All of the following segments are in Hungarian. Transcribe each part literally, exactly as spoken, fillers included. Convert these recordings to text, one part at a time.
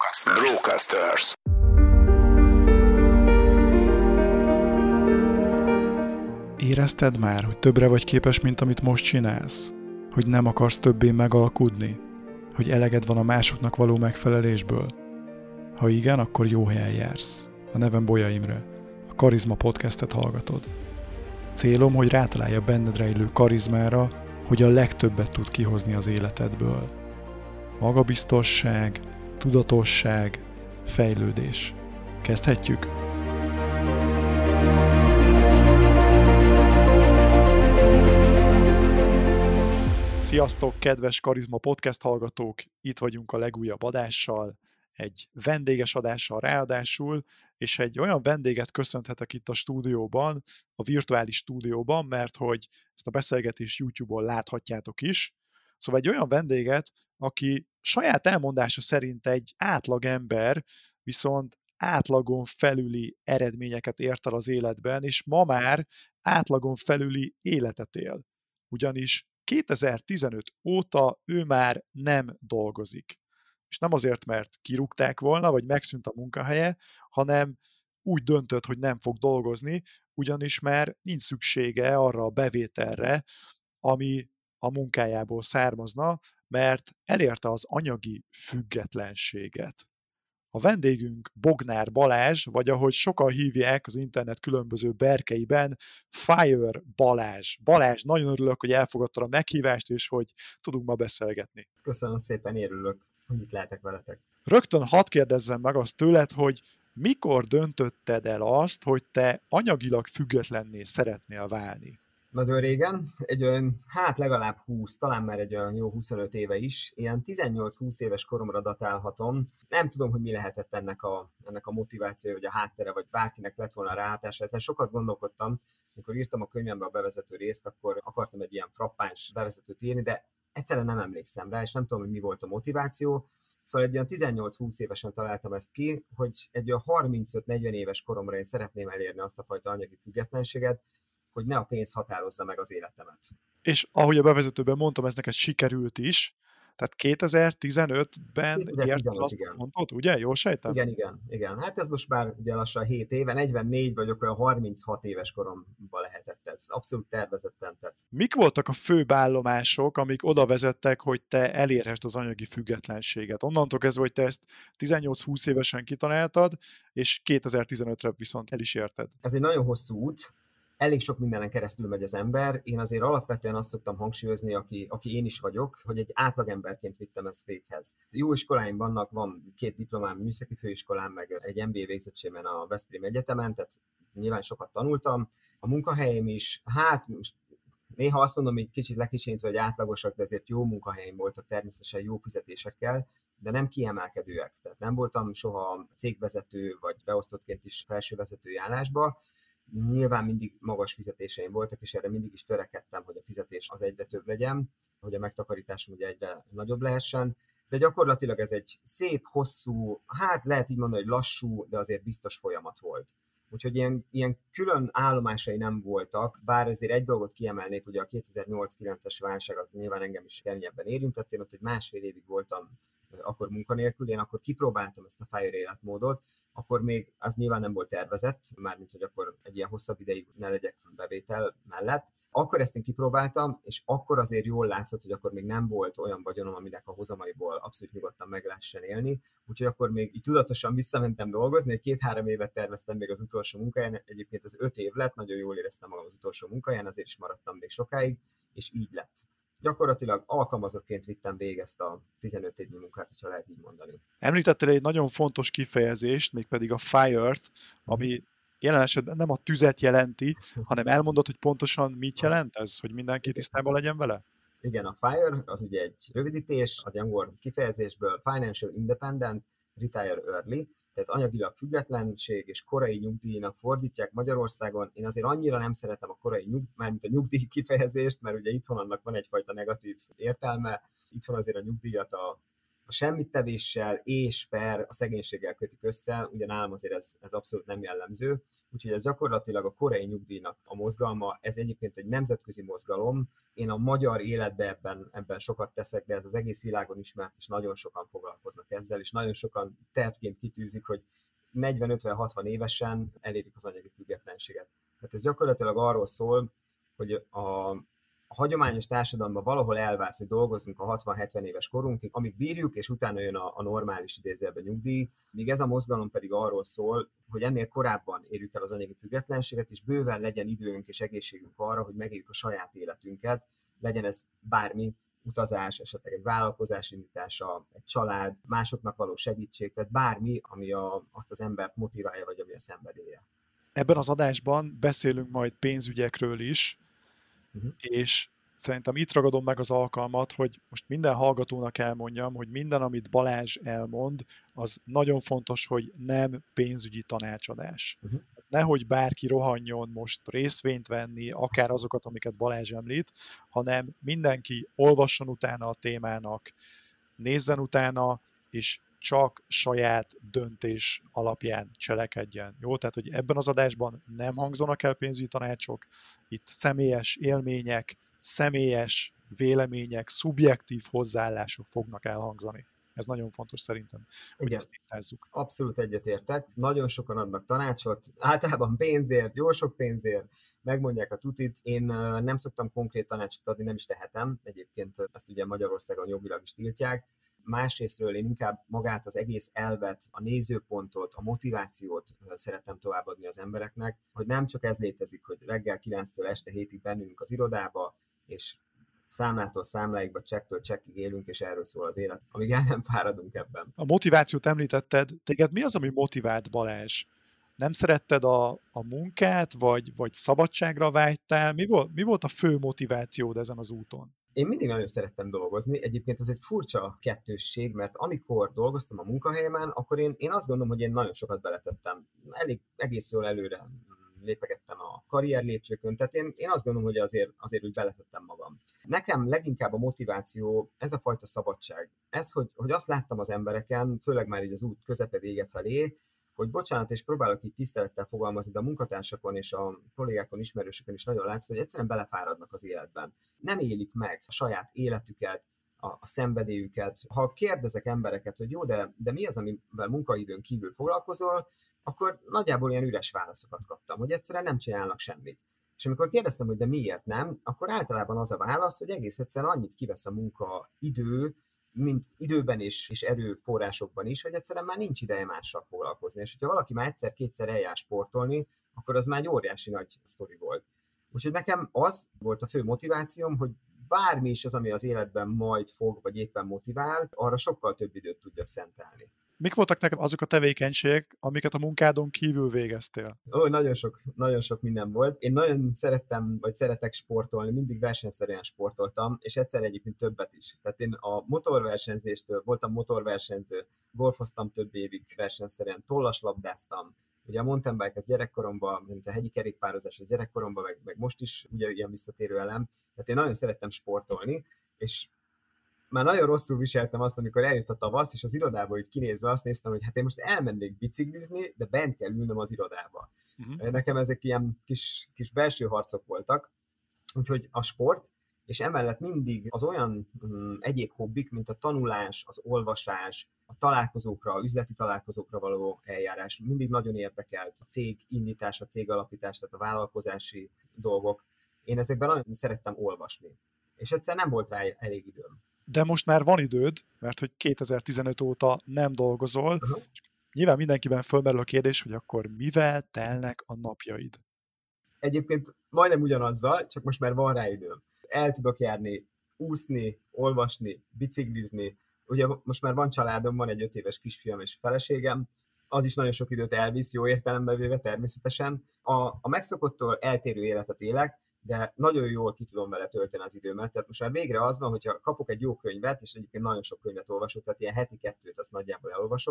Brocasters. Érezted már, hogy többre vagy képes, mint amit most csinálsz? Hogy nem akarsz többé megalkudni? Hogy eleged van a másoknak való megfelelésből? Ha igen, akkor jó helyen jársz. A nevem Bolya Imre. A Karizma podcastet hallgatod. Célom, hogy rátalálj a benned rejlő karizmára, hogy a legtöbbet tud kihozni az életedből. Magabiztosság, tudatosság, fejlődés. Kezdhetjük? Sziasztok, kedves Karizma podcast hallgatók! Itt vagyunk a legújabb adással, egy vendéges adással ráadásul, és egy olyan vendéget köszönhetek itt a stúdióban, a virtuális stúdióban, mert hogy ezt a beszélgetést YouTube-on láthatjátok is. Szóval egy olyan vendéget, aki saját elmondása szerint egy átlag ember, viszont átlagon felüli eredményeket ért el az életben, és ma már átlagon felüli életet él. Ugyanis kétezer-tizenöt óta ő már nem dolgozik. És nem azért, mert kirúgták volna, vagy megszűnt a munkahelye, hanem úgy döntött, hogy nem fog dolgozni, ugyanis már nincs szüksége arra a bevételre, ami a munkájából származna, mert elérte az anyagi függetlenséget. A vendégünk Bognár Balázs, vagy ahogy sokan hívják az internet különböző berkeiben, Fire Balázs. Balázs, nagyon örülök, hogy elfogadtad a meghívást, és hogy tudunk ma beszélgetni. Köszönöm szépen, örülök, hogy itt lehetek veletek. Rögtön hadd kérdezzem meg azt tőled, hogy mikor döntötted el azt, hogy te anyagilag függetlenné szeretnél válni? Nagyon régen, egy olyan, hát legalább húsz, talán már egy olyan jó huszonöt éve is, ilyen tizennyolc-húsz éves koromra datálhatom. Nem tudom, hogy mi lehetett ennek a, ennek a motivációja, vagy a háttere, vagy bárkinek lett volna ráhatása. Ezen sokat gondolkodtam, amikor írtam a könyvembe a bevezető részt, akkor akartam egy ilyen frappáns bevezetőt írni, de egyszerűen nem emlékszem rá, és nem tudom, hogy mi volt a motiváció. Szóval egy olyan tizennyolc-húsz évesen találtam ezt ki, hogy egy olyan harmincöt-negyven éves koromra én szeretném elérni azt a fajta anyagi függetlenséget, hogy ne a pénz határozza meg az életemet. És ahogy a bevezetőben mondtam, ez neked sikerült is, tehát kétezer-tizenötben érted azt a pontot, ugye? Jól sejtem? Igen, igen, igen. Hát ez most már ugye lassan hét éve, negyvennégy vagyok, olyan harminchat éves koromban lehetett ez. Abszolút tervezetten tett. Mik voltak a főbb állomások, amik oda vezettek, hogy te elérhessd az anyagi függetlenséget? Onnantól kezdve, hogy te ezt tizennyolc-húsz évesen kitaláltad, és kétezer-tizenötre viszont el is érted. Ez egy nagyon hosszú út. Elég sok mindenen keresztül megy az ember. Én azért alapvetően azt szoktam hangsúlyozni, aki, aki én is vagyok, hogy egy átlagemberként vittem ezt fékhez. Jó iskoláim vannak, van két diplomám, műszaki főiskolám, meg egy em bé á végzettségben a Veszprém Egyetemen, tehát nyilván sokat tanultam. A munkahelyem is, hát most néha azt mondom, hogy kicsit lekicsinyítve, hogy átlagosak, de azért jó munkahelyeim voltak, természetesen jó fizetésekkel, de nem kiemelkedőek. Tehát nem voltam soha cégvezető, vagy beosztottként is felsővezetői állásba. Nyilván mindig magas fizetéseim voltak, és erre mindig is törekedtem, hogy a fizetés az egyre több legyen, hogy a megtakarításom ugye egyre nagyobb lehessen. De gyakorlatilag ez egy szép, hosszú, hát lehet így mondani, hogy lassú, de azért biztos folyamat volt. Úgyhogy ilyen, ilyen külön állomásai nem voltak, bár ezért egy dolgot kiemelnék, ugye a kétezer-nyolc-kilences válság az nyilván engem is keményebben érintett, én ott egy másfél évig voltam akkor munkanélkül, én akkor kipróbáltam ezt a Fire életmódot, akkor még az nyilván nem volt tervezett, mármint, hogy akkor egy ilyen hosszabb ideig ne legyek bevétel mellett. Akkor ezt én kipróbáltam, és akkor azért jól látszott, hogy akkor még nem volt olyan vagyonom, aminek a hozamaiból abszolút nyugodtan meg lehessen élni. Úgyhogy akkor még így tudatosan visszamentem dolgozni, egy két-három évet terveztem még az utolsó munkáján, egyébként az öt év lett, nagyon jól éreztem magam az utolsó munkáján, azért is maradtam még sokáig, és így lett. Gyakorlatilag alkalmazottként vittem végig ezt a tizenöt évnyi munkát, ha lehet így mondani. Említettél egy nagyon fontos kifejezést, mégpedig a fire-t, ami jelen esetben nem a tüzet jelenti, hanem elmondod, hogy pontosan mit jelent ez, hogy mindenki tisztában legyen vele? Igen, a FIRE az ugye egy rövidítés, a angol kifejezésből Financial Independent, Retire Early, tehát anyagilag függetlenség és korai nyugdíjnak fordítják Magyarországon. Én azért annyira nem szeretem a korai nyugdíj, mármint a nyugdíj kifejezést, mert ugye itthon annak van egyfajta negatív értelme. Itthon azért a nyugdíjat a a semmittevéssel és per a szegénységgel kötik össze, ugye nálam azért ez, ez abszolút nem jellemző, úgyhogy ez gyakorlatilag a korai nyugdíjnak a mozgalma, ez egyébként egy nemzetközi mozgalom, én a magyar életben ebben, ebben sokat teszek, de ez az egész világon ismert, és nagyon sokan foglalkoznak ezzel, és nagyon sokan tervként kitűzik, hogy negyven ötven hatvan évesen elérik az anyagi függetlenséget. Tehát ez gyakorlatilag arról szól, hogy a A hagyományos társadalomban valahol elvárt, hogy dolgozzunk a hatvan-hetven éves korunkig, amíg bírjuk, és utána jön a, a normális idézőjelben nyugdíj, míg ez a mozgalom pedig arról szól, hogy ennél korábban érjük el az anyagi függetlenséget, és bőven legyen időnk és egészségünk arra, hogy megéljük a saját életünket, legyen ez bármi, utazás, esetleg egy vállalkozás indítása, egy család, másoknak való segítség, tehát bármi, ami a, azt az embert motiválja, vagy ami a szenvedélye. Ebben az adásban beszélünk majd pénzügyekről is, Uh-huh. és szerintem itt ragadom meg az alkalmat, hogy most minden hallgatónak elmondjam, hogy minden, amit Balázs elmond, az nagyon fontos, hogy nem pénzügyi tanácsadás. Uh-huh. Nehogy bárki rohanjon most részvényt venni, akár azokat, amiket Balázs említ, hanem mindenki olvasson utána a témának, nézzen utána, és csak saját döntés alapján cselekedjen. Jó? Tehát, hogy ebben az adásban nem hangzanak el pénzügyi tanácsok, itt személyes élmények, személyes vélemények, szubjektív hozzáállások fognak elhangzani. Ez nagyon fontos szerintem, hogy igen, ezt tisztázzuk. Abszolút egyetértek. Nagyon sokan adnak tanácsot, általában pénzért, jó sok pénzért, megmondják a tutit. Én nem szoktam konkrét tanácsot adni, nem is tehetem. Egyébként ezt ugye Magyarországon jogilag is tiltják. Másrésztről én inkább magát az egész elvet, a nézőpontot, a motivációt szeretem továbbadni az embereknek, hogy nem csak ez létezik, hogy reggel kilenctől este hétig bennünk az irodába, és számlától számláig, vagy csektől csekkig élünk, és erről szól az élet, amíg el nem fáradunk ebben. A motivációt említetted, téged mi az, ami motivált, Balázs? Nem szeretted a, a munkát, vagy, vagy szabadságra vágytál? Mi volt, mi volt a fő motivációd ezen az úton? Én mindig nagyon szerettem dolgozni, egyébként ez egy furcsa kettősség, mert amikor dolgoztam a munkahelyemen, akkor én, én azt gondolom, hogy én nagyon sokat beletettem. Elég egész jól előre lépegettem a karrier lépcsőkön, tehát én, én azt gondolom, hogy azért, azért úgy beletettem magam. Nekem leginkább a motiváció ez a fajta szabadság. Ez, hogy, hogy azt láttam az embereken, főleg már így az út közepe vége felé, hogy bocsánat, és próbálok így tisztelettel fogalmazni, de a munkatársakon és a kollégákon, ismerősökön is nagyon látszik, hogy egyszerűen belefáradnak az életben. Nem élik meg a saját életüket, a, a szenvedélyüket. Ha kérdezek embereket, hogy jó, de, de mi az, amivel munkaidőn kívül foglalkozol, akkor nagyjából ilyen üres válaszokat kaptam, hogy egyszerűen nem csinálnak semmit. És amikor kérdeztem, hogy de miért nem, akkor általában az a válasz, hogy egész egyszerűen annyit kivesz a munkaidő, mint időben és, és erőforrásokban is, hogy egyszerűen már nincs ideje mással foglalkozni. És hogyha valaki már egyszer-kétszer eljár sportolni, akkor az már egy óriási nagy sztori volt. Úgyhogy nekem az volt a fő motivációm, hogy bármi is az, ami az életben majd fog, vagy éppen motivál, arra sokkal több időt tudjak szentelni. Mik voltak nekem azok a tevékenységek, amiket a munkádon kívül végeztél? Ó, nagyon sok, nagyon sok minden volt. Én nagyon szerettem, vagy szeretek sportolni, mindig versenyszerűen sportoltam, és egyszer egyébként többet is. Tehát én a motorversenyzéstől voltam motorversenyző, golfoztam több évig versenyszerűen, tollaslabdáztam. Ugye a mountain bike az gyerekkoromban, mint a hegyi kerékpározás az gyerekkoromban, meg, meg most is ugye ilyen visszatérő elem. Tehát én nagyon szerettem sportolni, és már nagyon rosszul viseltem azt, amikor eljött a tavasz, és az irodából így kinézve azt néztem, hogy hát én most elmennék biciklizni, de bent kell ülnöm az irodába. Uh-huh. Nekem ezek ilyen kis, kis belső harcok voltak, úgyhogy a sport, és emellett mindig az olyan um, egyéb hobbik, mint a tanulás, az olvasás, a találkozókra, a üzleti találkozókra való eljárás, mindig nagyon érdekelt a cég indítás, a cég alapítás, tehát a vállalkozási dolgok. Én ezekben nagyon szerettem olvasni, és egyszer nem volt rá elég időm. De most már van időd, mert hogy kétezer-tizenöt óta nem dolgozol, uh-huh. Nyilván mindenkiben fölmerül a kérdés, hogy akkor mivel telnek a napjaid? Egyébként majdnem ugyanazzal, csak most már van rá időm. El tudok járni, úszni, olvasni, biciklizni. Ugye most már van családom, van egy öt éves kisfiam és feleségem, az is nagyon sok időt elvisz, jó értelemben véve természetesen. A, a megszokottól eltérő életet élek, de nagyon jól ki tudom vele tölteni az időmet. Tehát most már végre az van, hogyha kapok egy jó könyvet, és egyébként nagyon sok könyvet olvasok, tehát ilyen heti kettőt azt nagyjából elolvasok,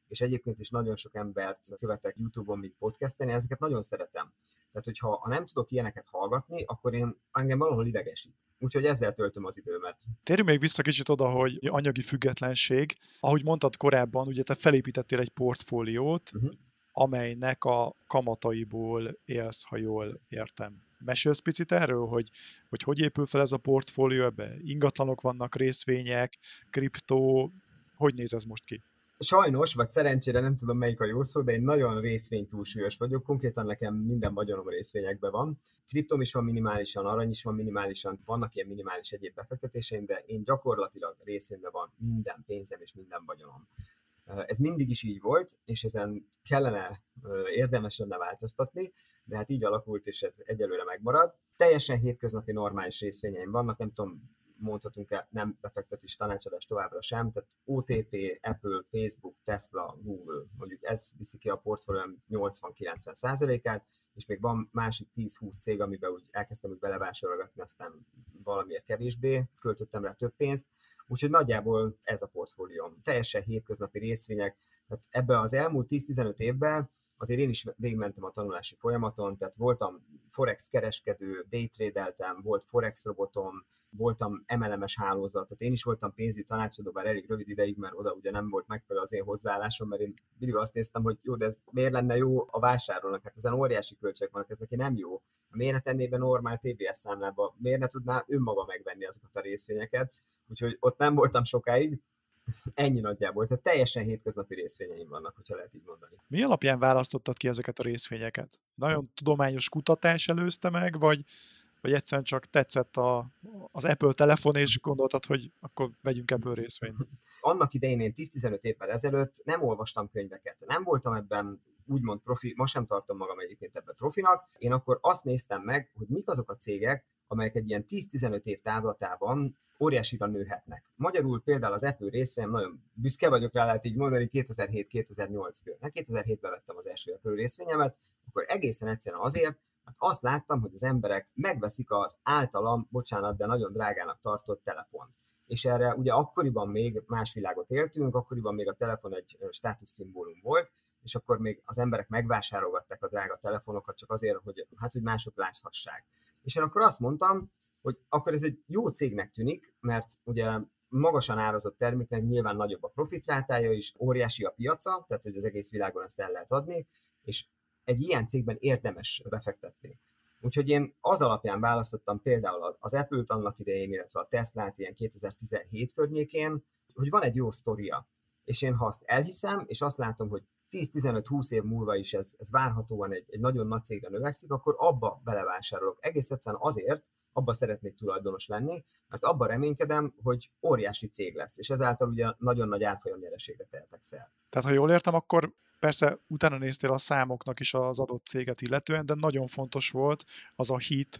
és egyébként is nagyon sok embert követek YouTube-on, mint podcasten, ezeket nagyon szeretem. Tehát, hogyha ha nem tudok ilyeneket hallgatni, akkor én engem valahol idegesít. Úgyhogy ezzel töltöm az időmet. Térjünk még vissza kicsit oda, hogy anyagi függetlenség. Ahogy mondtad korábban, ugye te felépítettél egy portfóliót, uh-huh. amelynek a kamataiból élsz, ha jól értem. Mesélsz picit erről, hogy, hogy hogy épül fel ez a portfólió, ebben ingatlanok vannak, részvények, kriptó, hogy néz ez most ki? Sajnos, vagy szerencsére nem tudom melyik a jó szó, de én nagyon részvénytúlsúlyos vagyok, konkrétan nekem minden vagyonom részvényekben van. Kriptom is van minimálisan, arany is van minimálisan, vannak ilyen minimális egyéb befektetéseim, de én gyakorlatilag részvényben van minden pénzem és minden vagyonom. Ez mindig is így volt, és ezen kellene, érdemes lenne változtatni, de hát így alakult, és ez egyelőre megmarad. Teljesen hétköznapi normális részvényeim vannak, nem tudom, mondhatunk-e nem befektetés tanácsadás továbbra sem, tehát o té pé, Apple, Facebook, Tesla, Google, mondjuk ez viszi ki a portfólióm nyolcvan-kilencven százalékát, és még van másik tíz-húsz cég, amiben úgy elkezdtem úgy belevásárolgatni, aztán valamiért kevésbé, költöttem rá több pénzt, úgyhogy nagyjából ez a portfólióm. Teljesen hétköznapi részvények, tehát ebben az elmúlt tíz-tizenöt évben azért én is végigmentem a tanulási folyamaton, tehát voltam forex kereskedő, daytradeltem, volt forex robotom, voltam em el em-es hálózat, tehát én is voltam pénzügyi tanácsadó, bár elég rövid ideig, mert oda ugye nem volt megfelelő az én hozzáállásom, mert én mindig azt néztem, hogy jó, de ez miért lenne jó a vásárolnak, hát ezen óriási költségek vannak, ez neki nem jó. Miért ne tenné be normál té bé es számlába, miért ne tudná önmaga megvenni azokat a részvényeket, úgyhogy ott nem voltam sokáig. Ennyi nagyjából, tehát teljesen hétköznapi részvényeim vannak, hogyha lehet így mondani. Mi alapján választottad ki ezeket a részvényeket? Nagyon tudományos kutatás előzte meg, vagy, vagy egyszerűen csak tetszett a, az Apple telefon, és gondoltad, hogy akkor vegyünk ebből részvényt? Annak idején én tíz-tizenöt évvel ezelőtt nem olvastam könyveket, nem voltam ebben úgymond profi, ma sem tartom magam egyébként ebben profinak, én akkor azt néztem meg, hogy mik azok a cégek, amelyek egy ilyen tíz-tizenöt év távlatában óriásira nőhetnek. Magyarul például az Apple részvényem, nagyon büszke vagyok rá, lehet így mondani, kétezer-hét-kétezer-nyolc körül. kétezer-hétben vettem az első Apple részvényemet, akkor egészen egyszerűen azért, mert azt láttam, hogy az emberek megveszik az általam, bocsánat, de nagyon drágának tartott telefont. És erre ugye akkoriban még más világot éltünk, akkoriban még a telefon egy státuszszimbólum volt, és akkor még az emberek megvásárolgatták a drága telefonokat csak azért, hogy, hát, hogy mások láthassák. És én akkor azt mondtam, hogy akkor ez egy jó cégnek tűnik, mert ugye magasan árazott terméknek nyilván nagyobb a profitrátája is, óriási a piaca, tehát hogy az egész világon ezt el lehet adni, és egy ilyen cégben érdemes befektetni. Úgyhogy én az alapján választottam például az Apple-t annak idején, illetve a Teslát ilyen kétezer-tizenhét környékén, hogy van egy jó sztoria. És én ha azt elhiszem, és azt látom, hogy tíz-tizenöt-húsz év múlva is ez, ez várhatóan egy, egy nagyon nagy cégre növekszik, akkor abba belevásárolok. Egész egyszerűen azért, abba szeretnék tulajdonos lenni, mert abban reménykedem, hogy óriási cég lesz, és ezáltal ugye nagyon nagy árfolyam nyereségre tehetek szert. Tehát, ha jól értem, akkor persze utána néztél a számoknak is az adott céget illetően, de nagyon fontos volt az a hit,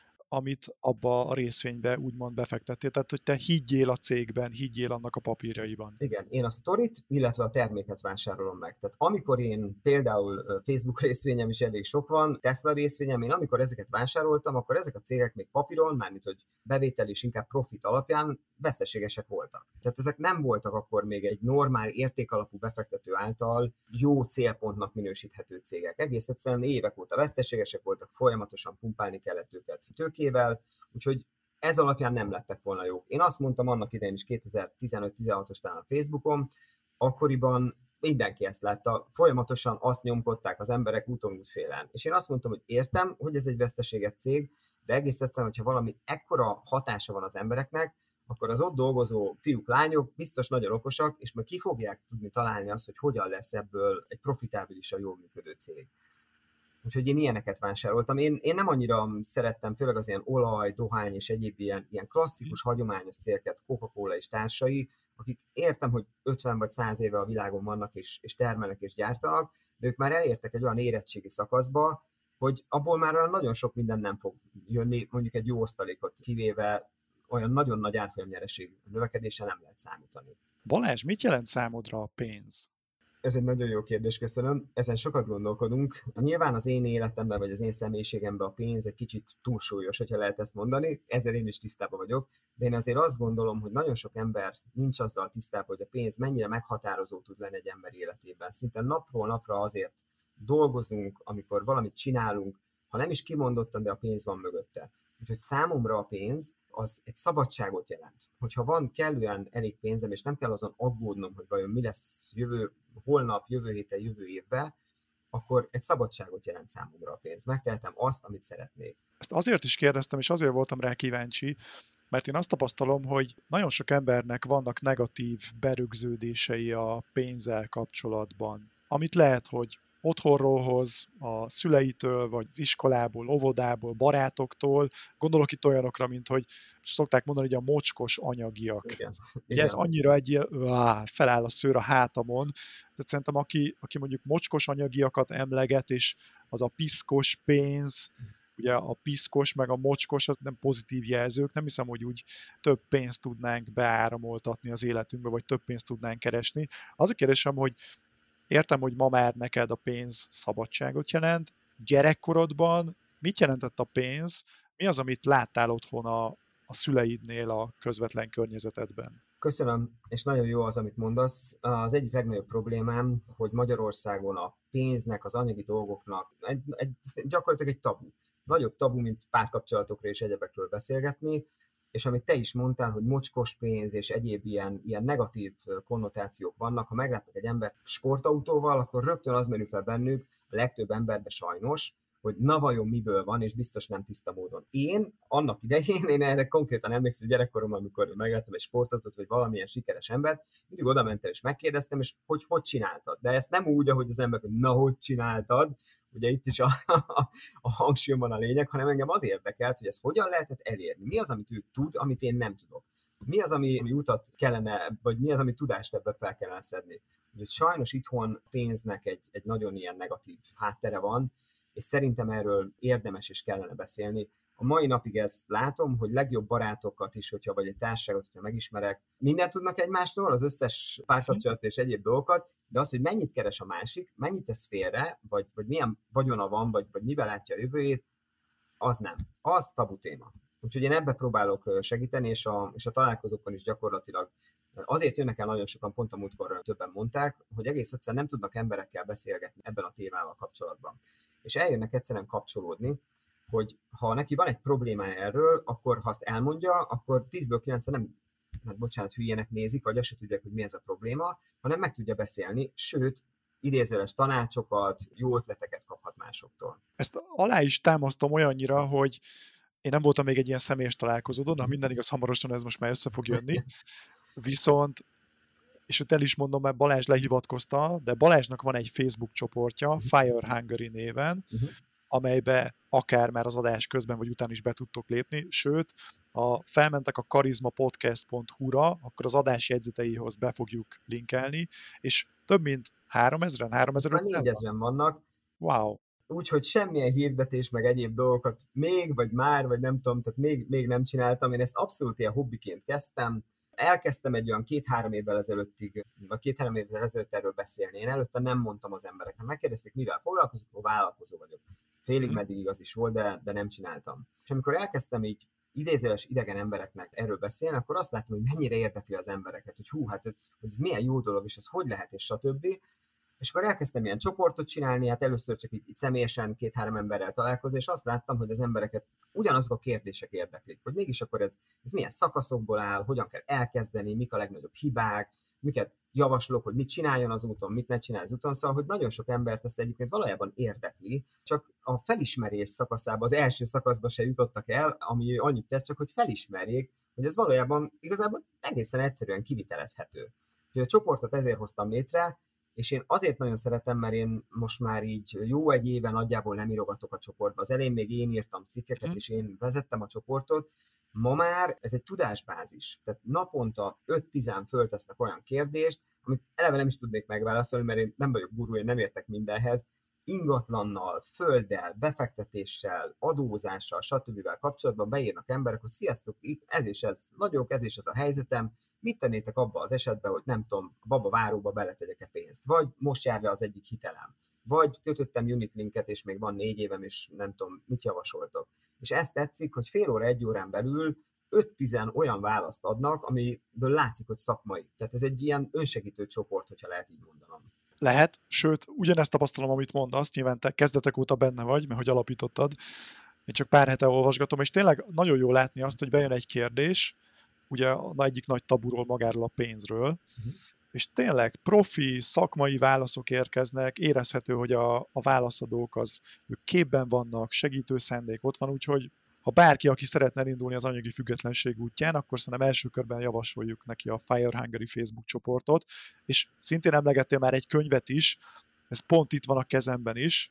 amit abba a részvénybe úgymond befektettél. Tehát, hogy te higgyél a cégben, higgyél annak a papírjaiban. Igen, én a sztorit, illetve a terméket vásárolom meg. Tehát amikor én például Facebook részvényem is elég sok van, Tesla részvényem, én amikor ezeket vásároltam, akkor ezek a cégek még papíron, mármint hogy bevétel és inkább profit alapján veszteségesek voltak. Tehát ezek nem voltak akkor még egy normál értékalapú befektető által jó célpontnak minősíthető cégek. Egész egyszerűen évek óta veszteségesek voltak, folyamatosan pumpálni kellett őket tőkével, úgyhogy ez alapján nem lettek volna jók. Én azt mondtam annak idején is kétezer-tizenöt-tizenhatos talán a Facebookon, akkoriban mindenki ezt látta, folyamatosan azt nyomkodták az emberek úton útfélen. És én azt mondtam, hogy értem, hogy ez egy veszteséges cég, de egész egyszerűen, hogyha valami ekkora hatása van az embereknek, akkor az ott dolgozó fiúk, lányok biztos nagyon okosak, és majd ki fogják tudni találni azt, hogy hogyan lesz ebből egy profitábilis, jól működő cég. Úgyhogy én ilyeneket vásároltam. Én, én nem annyira szerettem, főleg az ilyen olaj, dohány és egyéb ilyen, ilyen klasszikus, hagyományos cégeket, Coca-Cola és társai, akik értem, hogy ötven vagy száz éve a világon vannak, és, és termelnek és gyártanak, de ők már elértek egy olyan érettségi szakaszba, hogy abból már olyan nagyon sok minden nem fog jönni, mondjuk egy jó osztalékot kivéve, olyan nagyon nagy árfolyam nyereség növekedése nem lehet számítani. Balázs, mit jelent számodra a pénz? Ez egy nagyon jó kérdés, köszönöm. Ezen sokat gondolkodunk. Nyilván az én életemben, vagy az én személyiségemben a pénz egy kicsit túlsúlyos, hogyha lehet ezt mondani, ezzel én is tisztában vagyok, de én azért azt gondolom, hogy nagyon sok ember nincs azzal tisztában, hogy a pénz mennyire meghatározó tud lenni egy ember életében. Szinte napról napra azért dolgozunk, amikor valamit csinálunk, ha nem is kimondottan, de a pénz van mögötte. Úgyhogy számomra a pénz az egy szabadságot jelent. Hogyha van kellően elég pénzem, és nem kell azon aggódnom, hogy vajon mi lesz jövő, holnap, jövő héten, jövő évben, akkor egy szabadságot jelent számomra a pénz. Megtehetem azt, amit szeretnék. Ezt azért is kérdeztem, és azért voltam rá kíváncsi, mert én azt tapasztalom, hogy nagyon sok embernek vannak negatív berögződései a pénzzel kapcsolatban, amit lehet, hogy otthonról hoz, a szüleitől, vagy az iskolából, óvodából, barátoktól. Gondolok itt olyanokra, mint hogy szokták mondani, hogy a mocskos anyagiak. Igen. Ugye Igen. ez annyira egy ilyen, áh, feláll a szőr a hátamon, de szerintem aki, aki mondjuk mocskos anyagiakat emleget, és az a piszkos pénz, ugye a piszkos meg a mocskos, az nem pozitív jelzők, nem hiszem, hogy úgy több pénzt tudnánk beáramoltatni az életünkbe, vagy több pénzt tudnánk keresni. Az a kérdésem, hogy értem, hogy ma már neked a pénz szabadságot jelent. Gyerekkorodban mit jelentett a pénz? Mi az, amit láttál otthon a, a szüleidnél a közvetlen környezetedben? Köszönöm, és nagyon jó az, amit mondasz. Az egyik legnagyobb problémám, hogy Magyarországon a pénznek, az anyagi dolgoknak egy, egy, gyakorlatilag egy tabu. Nagyobb tabu, mint párkapcsolatokról és egyebekről beszélgetni, és amit te is mondtál, hogy mocskos pénz és egyéb ilyen, ilyen negatív konnotációk vannak, ha meglátnak egy embert sportautóval, akkor rögtön az merül fel bennük, a legtöbb emberben sajnos, hogy na vajon miből van, és biztos nem tiszta módon. Én annak idején, én erre konkrétan emlékszem gyerekkoromban, amikor megláttam egy sportautót, vagy valamilyen sikeres embert, mindig oda mentem és megkérdeztem, és hogy hogy csináltad. De ezt nem úgy, ahogy az ember, hogy na hogy csináltad, ugye itt is a, a, a hangsúlyom a lényeg, hanem engem az érdekelt, hogy ezt hogyan lehetett elérni. Mi az, amit ő tud, amit én nem tudok. Mi az, ami, ami utat kellene, vagy mi az, ami tudást ebbe fel kellene szedni. Úgyhogy sajnos itthon pénznek egy, egy nagyon ilyen negatív háttere van, és szerintem erről érdemes és kellene beszélni. A mai napig ezt látom, hogy legjobb barátokat is, hogyha vagy egy társaságot, hogyha megismerek, mindent tudnak egymástól, az összes párkapcsolat és egyéb dolgokat, de az, hogy mennyit keres a másik, mennyit tesz félre, vagy, vagy milyen vagyona van, vagy, vagy miben látja a jövőjét, az nem. Az tabu téma. Úgyhogy én ebbe próbálok segíteni, és a, és a találkozókon is gyakorlatilag azért jönnek el nagyon sokan, pont a múltkor többen mondták, hogy egész egyszerűen nem tudnak emberekkel beszélgetni ebben a témával kapcsolatban. És eljönnek egyszerűen kapcsolódni, hogy ha neki van egy problémája erről, akkor ha azt elmondja, akkor tízből kilencszer nem, hát bocsánat, hülyének nézik, vagy azt se tudják, hogy mi ez a probléma, hanem meg tudja beszélni, sőt, idézőles tanácsokat, jó ötleteket kaphat másoktól. Ezt alá is támasztom olyannyira, hogy én nem voltam még egy ilyen személyes találkozódon, ha minden igaz, hamarosan ez most már össze fog jönni, viszont és ott el is mondom, mert Balázs lehivatkozta, de Balázsnak van egy Facebook csoportja, Fire Hungary néven, uh-huh. amelybe akár már az adás közben vagy után is be tudtok lépni, sőt, ha felmentek a karizmapodcast pont hu-ra, akkor az adás jegyzeteihoz be fogjuk linkelni, és több mint háromezren, háromezerötszázan? négyezren vannak. Wow. Úgyhogy semmilyen hirdetés, meg egyéb dolgokat még, vagy már, vagy nem tudom, tehát még, még nem csináltam. Én ezt abszolút ilyen hobbiként kezdtem. Elkezdtem egy olyan két-három évvel ezelőttig, vagy két-három évvel ezelőtt erről beszélni. Én előtte nem mondtam az embereknek. Megkérdezték, mivel foglalkozok, akkor vállalkozó vagyok. Félig meddig igaz is volt, de, de nem csináltam. És amikor elkezdtem így idézőes idegen embereknek erről beszélni, akkor azt láttam, hogy mennyire érdekli az embereket, hogy hú, hát hogy ez milyen jó dolog, és ez hogy lehet, és stb. És akkor elkezdtem ilyen csoportot csinálni, hát először csak így, így személyesen két-három emberrel találkozni, és azt láttam, hogy az embereket ugyanazok a kérdések érdeklik, hogy mégis akkor ez, ez milyen szakaszokból áll, hogyan kell elkezdeni, mik a legnagyobb hibák, miket javaslok, hogy mit csináljon az úton, mit ne csinálj az úton, szóval, hogy nagyon sok embert ezt egyébként valójában érdekli, csak a felismerés szakaszában, az első szakaszba se jutottak el, ami annyit tesz, csak hogy felismerjék, hogy ez valójában igazából egészen egyszerűen kivitelezhető. Úgyhogy a csoportot ezért hoztam létre, és én azért nagyon szeretem, mert én most már így jó egy éve nagyjából nem írogatok a csoportba. Az elején még én írtam cikkeket, mm. és én vezettem a csoportot. Ma már ez egy tudásbázis. Tehát naponta öt-tízen föltesznek olyan kérdést, amit eleve nem is tudnék megválaszolni, mert én nem vagyok gurú, én nem értek mindenhez. Ingatlannal, földdel, befektetéssel, adózással, stb. Kapcsolatban beírnak emberek, hogy sziasztok, ez és ez vagyok, ez és ez a helyzetem, mit tennétek abba az esetben, hogy nem tudom, a babaváróba beletegyek-e pénzt, vagy most jár le az egyik hitelem, vagy kötöttem unitlinket, és még van négy évem, és nem tudom, mit javasoltok. És ezt tetszik, hogy fél óra, egy órán belül öt-tizen olyan választ adnak, amiből látszik, hogy szakmai. Tehát ez egy ilyen önsegítő csoport, hogyha lehet így mondanom. Lehet, sőt, ugyanezt tapasztalom, amit mondasz, nyilván te kezdetek óta benne vagy, mert hogy alapítottad. Én csak pár hete olvasgatom, és tényleg nagyon jó látni azt, hogy bejön egy kérdés, ugye a egyik nagy taburól, magáról a pénzről, uh-huh. és tényleg profi, szakmai válaszok érkeznek, érezhető, hogy a, a válaszadók az, ők képben vannak, segítő szándék ott van, úgyhogy ha bárki, aki szeretne elindulni az anyagi függetlenség útján, akkor szerintem első körben javasoljuk neki a Fire Hungary Facebook csoportot, és szintén emlegettél már egy könyvet is, ez pont itt van a kezemben is,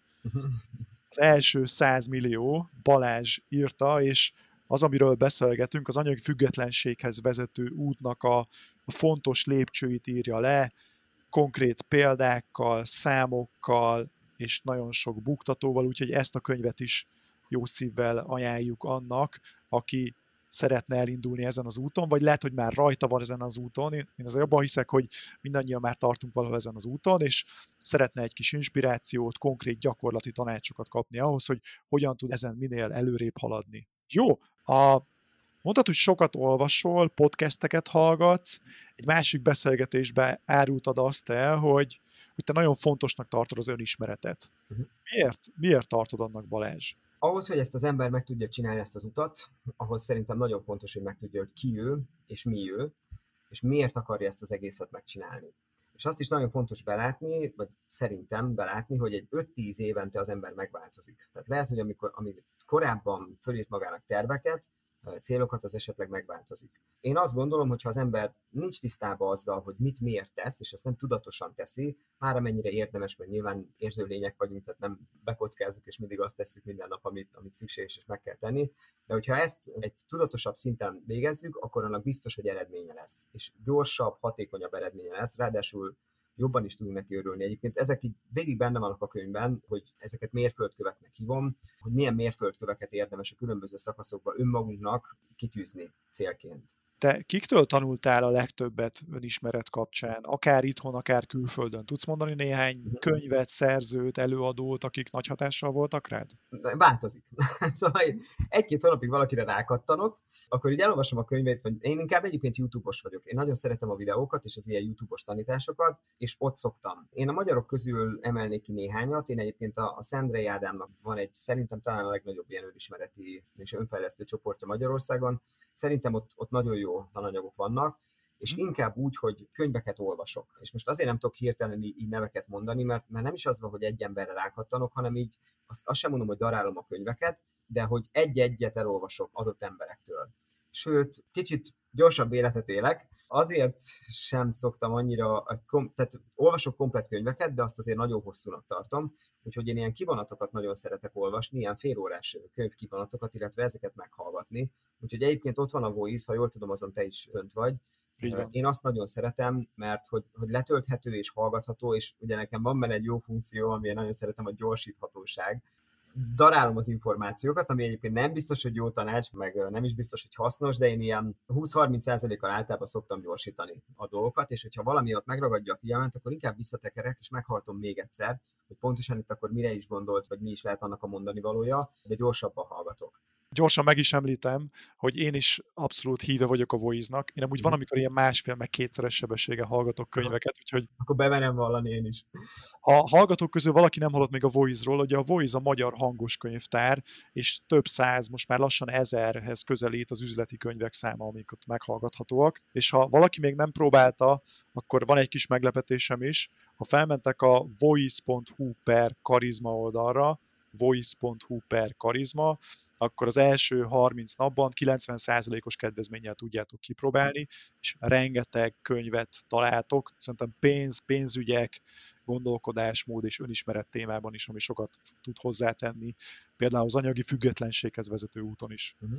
az első száz millió Balázs írta, és az, amiről beszélgetünk, az anyagi függetlenséghez vezető útnak a, a fontos lépcsőit írja le, konkrét példákkal, számokkal, és nagyon sok buktatóval, úgyhogy ezt a könyvet is jó szívvel ajánljuk annak, aki szeretne elindulni ezen az úton, vagy lehet, hogy már rajta van ezen az úton. Én azért abban hiszek, hogy mindannyian már tartunk valahol ezen az úton, és szeretne egy kis inspirációt, konkrét gyakorlati tanácsokat kapni ahhoz, hogy hogyan tud ezen minél előrébb haladni. Jó, a, mondtad, hogy sokat olvasol, podcasteket hallgatsz, egy másik beszélgetésben árultad azt el, hogy, hogy te nagyon fontosnak tartod az önismeretet. Uh-huh. Miért? Miért tartod annak, Balázs? Ahhoz, hogy ezt az ember meg tudja csinálni ezt az utat, ahhoz szerintem nagyon fontos, hogy megtudja, hogy ki ő, és mi ő, és miért akarja ezt az egészet megcsinálni. És azt is nagyon fontos belátni, vagy szerintem belátni, hogy egy öt-tíz évente az ember megváltozik. Tehát lehet, hogy amikor, amit korábban fölírt magának terveket, célokat, az esetleg megváltozik. Én azt gondolom, hogy ha az ember nincs tisztában azzal, hogy mit miért tesz, és ezt nem tudatosan teszi, már amennyire érdemes, mert nyilván érző lények vagyunk, tehát nem bekockázzuk, és mindig azt tesszük minden nap, amit, amit szükséges, és meg kell tenni. De hogyha ezt egy tudatosabb szinten végezzük, akkor annak biztos, hogy eredménye lesz. És gyorsabb, hatékonyabb eredménye lesz, ráadásul jobban is tudunk neki örülni. Egyébként ezek így végig benne vannak a könyvben, hogy ezeket mérföldköveknek hívom, hogy milyen mérföldköveket érdemes a különböző szakaszokban önmagunknak kitűzni célként. Te kiktől tanultál a legtöbbet önismeret kapcsán? Akár itthon, akár külföldön. Tudsz mondani néhány könyvet, szerzőt, előadót, akik nagy hatással voltak rád? Változik. Szóval egy-két hónapig valakire rákattanok, akkor így elolvasom a könyvét, vagy én inkább egyébként YouTube-os vagyok. Én nagyon szeretem a videókat és az ilyen YouTube-os tanításokat, és ott szoktam. Én a magyarok közül emelnék ki néhányat. Én egyébként a, a Szendrei Ádámnak van egy, szerintem talán a legnagyobb ilyen önismereti és önfejlesztő csoportja Magyarországon. Szerintem ott, ott nagyon jó tananyagok vannak, és inkább úgy, hogy könyveket olvasok. És most azért nem tudok hirtelen így neveket mondani, mert, mert nem is az van, hogy egy emberre rákattanok, hanem így azt, azt sem mondom, hogy darálom a könyveket, de hogy egy-egyet elolvasok adott emberektől. Sőt, kicsit gyorsabb életet élek, azért sem szoktam annyira, tehát olvasok komplett könyveket, de azt azért nagyon hosszúnak tartom, úgyhogy én ilyen kivonatokat nagyon szeretek olvasni, ilyen félórás könyvkivonatokat, illetve ezeket meghallgatni. Úgyhogy egyébként ott van a Voice, ha jól tudom, azon te is fönt vagy. Én azt nagyon szeretem, mert hogy, hogy letölthető és hallgatható, és ugye nekem van benne egy jó funkció, amilyen nagyon szeretem, a gyorsíthatóság. Darálom az információkat, ami egyébként nem biztos, hogy jó tanács, meg nem is biztos, hogy hasznos, de én ilyen húsz-harminc százalékkal általában szoktam gyorsítani a dolgokat, és hogyha valami ott megragadja a figyelmet, akkor inkább visszatekerek, és meghallgatom még egyszer, hogy pontosan itt akkor mire is gondolt, vagy mi is lehet annak a mondani valója, de gyorsabban hallgatok. Gyorsan meg is említem, hogy én is abszolút híve vagyok a Voice-nak. Én amúgy van, amikor ilyen másfél, meg kétszeres sebességgel hallgatok könyveket, úgyhogy... Akkor bemerem vallani én is. A hallgatók közül valaki nem hallott még a Voice-ról, ugye a Voice a magyar hangos könyvtár, és több száz, most már lassan ezerhez közelít az üzleti könyvek száma, amik ott meghallgathatóak. És ha valaki még nem próbálta, akkor van egy kis meglepetésem is. Ha felmentek a voice pont hu per karizma oldalra, voice pont hu per karizma, akkor az első harminc napban kilencven százalékos kedvezménnyel tudjátok kipróbálni, és rengeteg könyvet találtok, szerintem pénz, pénzügyek, gondolkodásmód és önismeret témában is, ami sokat tud hozzátenni, például az anyagi függetlenséghez vezető úton is. Uh-huh.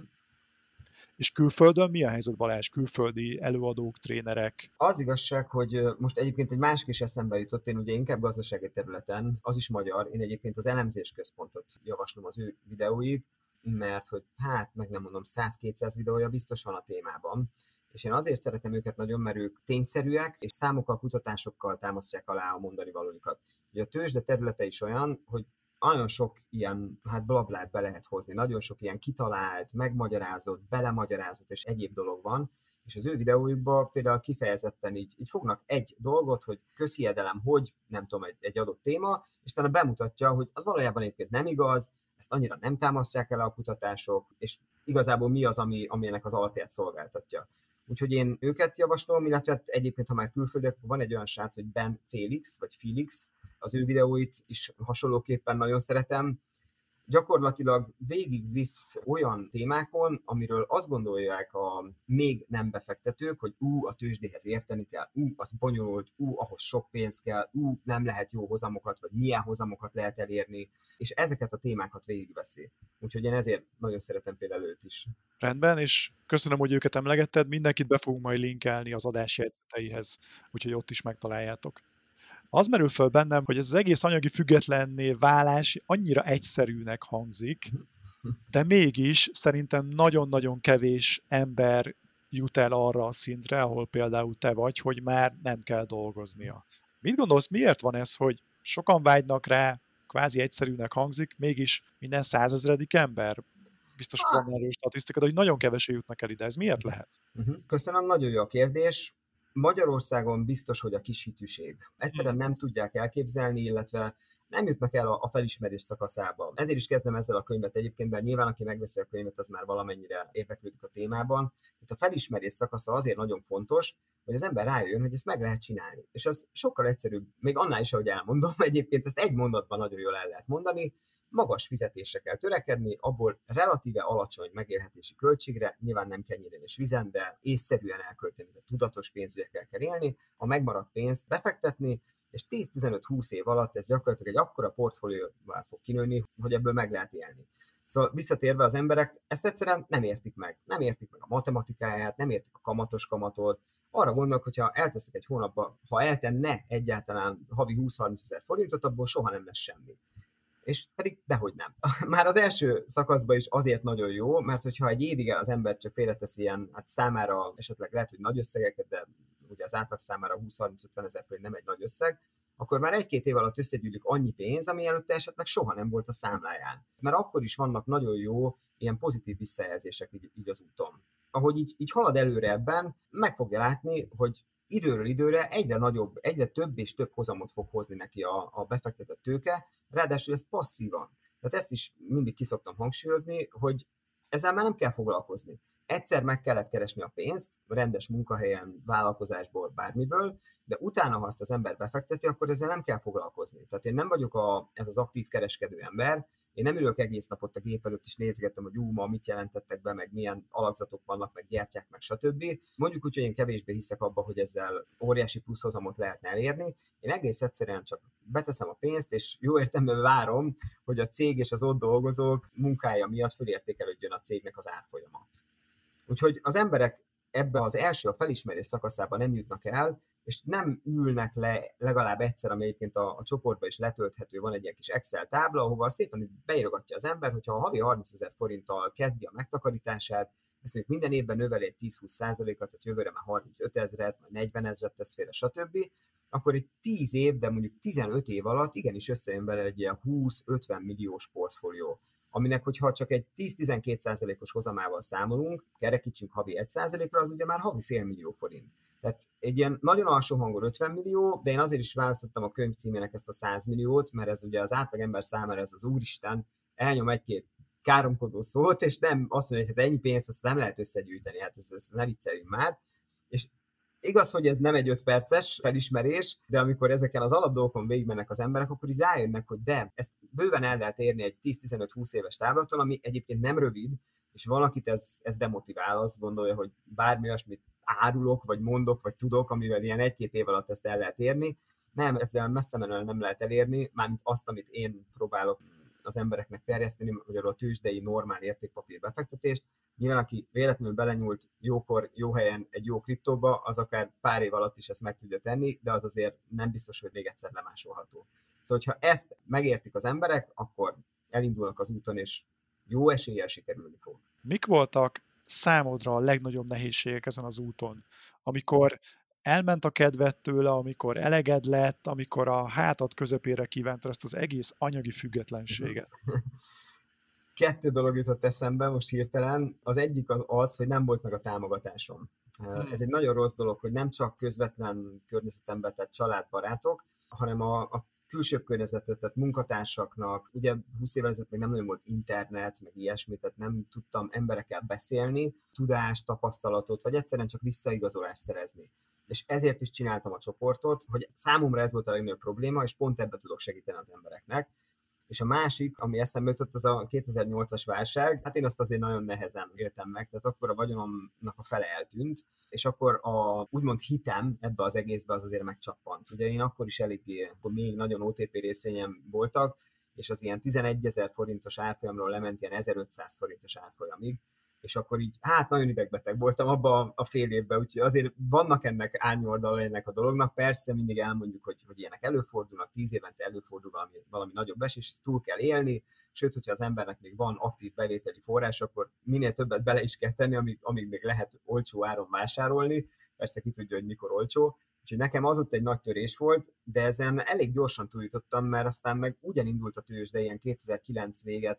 És külföldön mi a helyzet, Balázs? Külföldi előadók, trénerek? Az igazság, hogy most egyébként egy másik is eszembe jutott, én ugye inkább gazdasági területen, az is magyar, én egyébként az Elemzés Központot javaslom, az ő videóit, mert hogy hát meg nem mondom, száz-kétszáz videója biztos van a témában, És én azért szeretem őket nagyon, mert ők tényszerűek, és számokkal, kutatásokkal támasztják alá a mondani valójukat. Ugye a tőzsde területe is olyan, hogy nagyon sok ilyen hát blablát be lehet hozni, nagyon sok ilyen kitalált, megmagyarázott, belemagyarázott és egyéb dolog van, és az ő videójukban például kifejezetten így, így fognak egy dolgot, hogy közhiedelem, hogy nem tudom, egy, egy adott téma, és utána bemutatja, hogy az valójában egyébként nem igaz, ezt annyira nem támasztják el a kutatások, és igazából mi az, ami, ami ennek az alapját szolgáltatja. Úgyhogy én őket javaslom, illetve egyébként, ha már külföldek, van egy olyan srác, hogy Ben Felix, vagy Felix, az ő videóit is hasonlóképpen nagyon szeretem. Gyakorlatilag végigvisz olyan témákon, amiről azt gondolják a még nem befektetők, hogy ú, a tőzsdéhez érteni kell, ú, az bonyolult, ú, ahhoz sok pénz kell, ú, nem lehet jó hozamokat, vagy milyen hozamokat lehet elérni, és ezeket a témákat végigveszi. Úgyhogy én ezért nagyon szeretem például őt is. Rendben, és köszönöm, hogy őket emlegetted, mindenkit be fogunk majd linkelni az adás jegyzeteihez, úgyhogy ott is megtaláljátok. Az merül föl bennem, hogy ez az egész anyagi függetlenné válás annyira egyszerűnek hangzik, de mégis szerintem nagyon-nagyon kevés ember jut el arra a szintre, ahol például te vagy, hogy már nem kell dolgoznia. Mit gondolsz, miért van ez, hogy sokan vágynak rá, kvázi egyszerűnek hangzik, mégis minden százezredik ember? Biztos van erről statisztika, de hogy nagyon kevesen jutnak el ide. Ez miért lehet? Köszönöm, nagyon jó a kérdés. Magyarországon biztos, hogy a kis hitűség. Egyszerűen nem tudják elképzelni, illetve nem jutnak el a felismerés szakaszába. Ezért is kezdem ezzel a könyvet egyébként, mert nyilván aki megveszi a könyvet, az már valamennyire érdeklődik a témában. Tehát a felismerés szakasza azért nagyon fontos, hogy az ember rájön, hogy ezt meg lehet csinálni. És az sokkal egyszerűbb, még annál is, ahogy elmondom, egyébként ezt egy mondatban nagyon jól el lehet mondani, magas fizetésre kell törekedni, abból relatíve alacsony megélhetési költségre, nyilván nem kenyéren és vizen, de észszerűen elkölteni, de tudatos pénzügyekkel kell élni, a megmaradt pénzt befektetni, és tíz-tizenöt-húsz év alatt ez gyakorlatilag egy akkora portfólióval fog kinőni, hogy ebből meg lehet élni. Szóval visszatérve az emberek ezt egyszerűen nem értik meg. Nem értik meg a matematikáját, nem értik a kamatos kamatot. Arra gondolok, hogyha elteszek egy hónapba, ha eltenne egyáltalán havi húsz-harminc ezer forintot, abból soha nem lesz semmi. És pedig dehogy nem. Már az első szakaszban is azért nagyon jó, mert hogyha egy évig az ember csak félretesz ilyen, hát számára esetleg lehet, hogy nagy összegeket, de ugye az átlag számára húsz-harminc-ötven ezer forint nem egy nagy összeg, akkor már egy-két év alatt összegyűlik annyi pénz, ami előtte esetleg soha nem volt a számláján. Mert akkor is vannak nagyon jó ilyen pozitív visszajelzések így, így az úton. Ahogy így, így halad előre ebben, meg fogja látni, hogy időről időre egyre nagyobb, egyre több és több hozamot fog hozni neki a, a befektetett tőke, ráadásul ez passzívan. Tehát ezt is mindig ki szoktam hangsúlyozni, hogy ezzel már nem kell foglalkozni. Egyszer meg kellett keresni a pénzt, rendes munkahelyen, vállalkozásból, bármiből, de utána, ha azt az ember befekteti, akkor ezzel nem kell foglalkozni. Tehát én nem vagyok a, ez az aktív kereskedő ember, én nem ülök egész napot a gép előtt, és nézgetem, hogy ú, ma mit jelentettek be, meg milyen alakzatok vannak, meg gyártják, meg stb. Mondjuk úgy, hogy én kevésbé hiszek abba, hogy ezzel óriási pluszhozamot lehetne elérni. Én egész egyszerűen csak beteszem a pénzt, és jó értelemben várom, hogy a cég és az ott dolgozók munkája miatt fölértékelődjön a cégnek az árfolyama. Úgyhogy az emberek ebbe az első, a felismerés szakaszában nem jutnak el, és nem ülnek le legalább egyszer, ami egyébként a, a csoportban is letölthető, van egy ilyen kis Excel tábla, ahova szépen beírogatja az ember, hogyha a havi harminc ezer forinttal kezdi a megtakarítását, ezt még minden évben növeli egy tíz-húsz százalékot, tehát jövőre már harmincöt ezret, majd negyven ezret tesz félre, stb., akkor egy tíz év, de mondjuk tizenöt év alatt igenis összejön bele egy ilyen húsz-ötven milliós portfólió, aminek, hogyha csak egy tíz-tizenkét százalékos hozamával számolunk, kerekítsünk havi egy százalékra, az ugye már havi fél millió forint. Tehát egy ilyen nagyon alsó hangon ötven millió, de én azért is választottam a könyv címének ezt a száz milliót, mert ez ugye az átlag ember számára ez az úristen, elnyom egy-két káromkodó szót, és nem azt mondja, hogy hát ennyi pénzt ezt nem lehet összegyűjteni, hát ez, ez ne vicceljünk már. És igaz, hogy ez nem egy öt perces felismerés, de amikor ezeken az alapdolgokon végigmennek az emberek, akkor így rájönnek, hogy de, ezt bőven el lehet érni egy tíz-tizenöt-húsz éves távlaton, ami egyébként nem rövid, és valakit ez, ez demotivál, azt gondolja, hogy bármi olyasmit árulok, vagy mondok, vagy tudok, amivel ilyen egy-két év alatt ezt el lehet érni. Nem, ezzel messze menően nem lehet elérni, mármint azt, amit én próbálok az embereknek terjeszteni, magyarul a tőzsdei normál értékpapír befektetést. Nyilván, aki véletlenül belenyúlt jókor, jó helyen egy jó kriptóba, az akár pár év alatt is ezt meg tudja tenni, de az azért nem biztos, hogy még egyszer lemásolható. Szóval, hogyha ezt megértik az emberek, akkor elindulnak az úton, és jó eséllyel sikerülni fog. Mik voltak számodra a legnagyobb nehézségek ezen az úton? Amikor elment a kedved tőle, amikor eleged lett, amikor a hátad közepére kívántad ezt az egész anyagi függetlenséget? Kettő dolog jutott eszembe most hirtelen. Az egyik az, az, hogy nem volt meg a támogatásom. Hmm. Ez egy nagyon rossz dolog, hogy nem csak közvetlen környezetemben, tehát családbarátok, hanem a, a külső környezetet, tehát munkatársaknak, ugye húsz évvel ezelőtt még nem nagyon volt internet, meg ilyesmi, tehát nem tudtam emberekkel beszélni, tudást, tapasztalatot, vagy egyszerűen csak visszaigazolást szerezni. És ezért is csináltam a csoportot, hogy számomra ez volt a legnagyobb probléma, és pont ebbe tudok segíteni az embereknek. És a másik, ami eszembe jutott, az a kétezer-nyolcas válság. Hát én azt azért nagyon nehezen éltem meg, tehát akkor a vagyonomnak a fele eltűnt, és akkor a úgymond hitem ebbe az egészbe az azért megcsappant. Ugye én akkor is eléggé, akkor még nagyon o té pé részvényem voltak, és az ilyen tizenegyezer forintos árfolyamról lement ilyen ezerötszáz forintos árfolyamig, és akkor így, hát nagyon idegbeteg voltam abban a fél évben, úgyhogy azért vannak ennek árnyoldala ennek a dolognak, persze mindig elmondjuk, hogy, hogy ilyenek előfordulnak, tíz évente előfordul valami, valami nagyobb esés, ezt túl kell élni, sőt, hogyha az embernek még van aktív bevételi forrás, akkor minél többet bele is kell tenni, amíg, amíg még lehet olcsó áron vásárolni, persze ki tudja, hogy mikor olcsó. Úgyhogy nekem az ott egy nagy törés volt, de ezen elég gyorsan túljutottam, mert aztán meg ugyan indult a tőzsde ilyen kétezer-kilenc vége,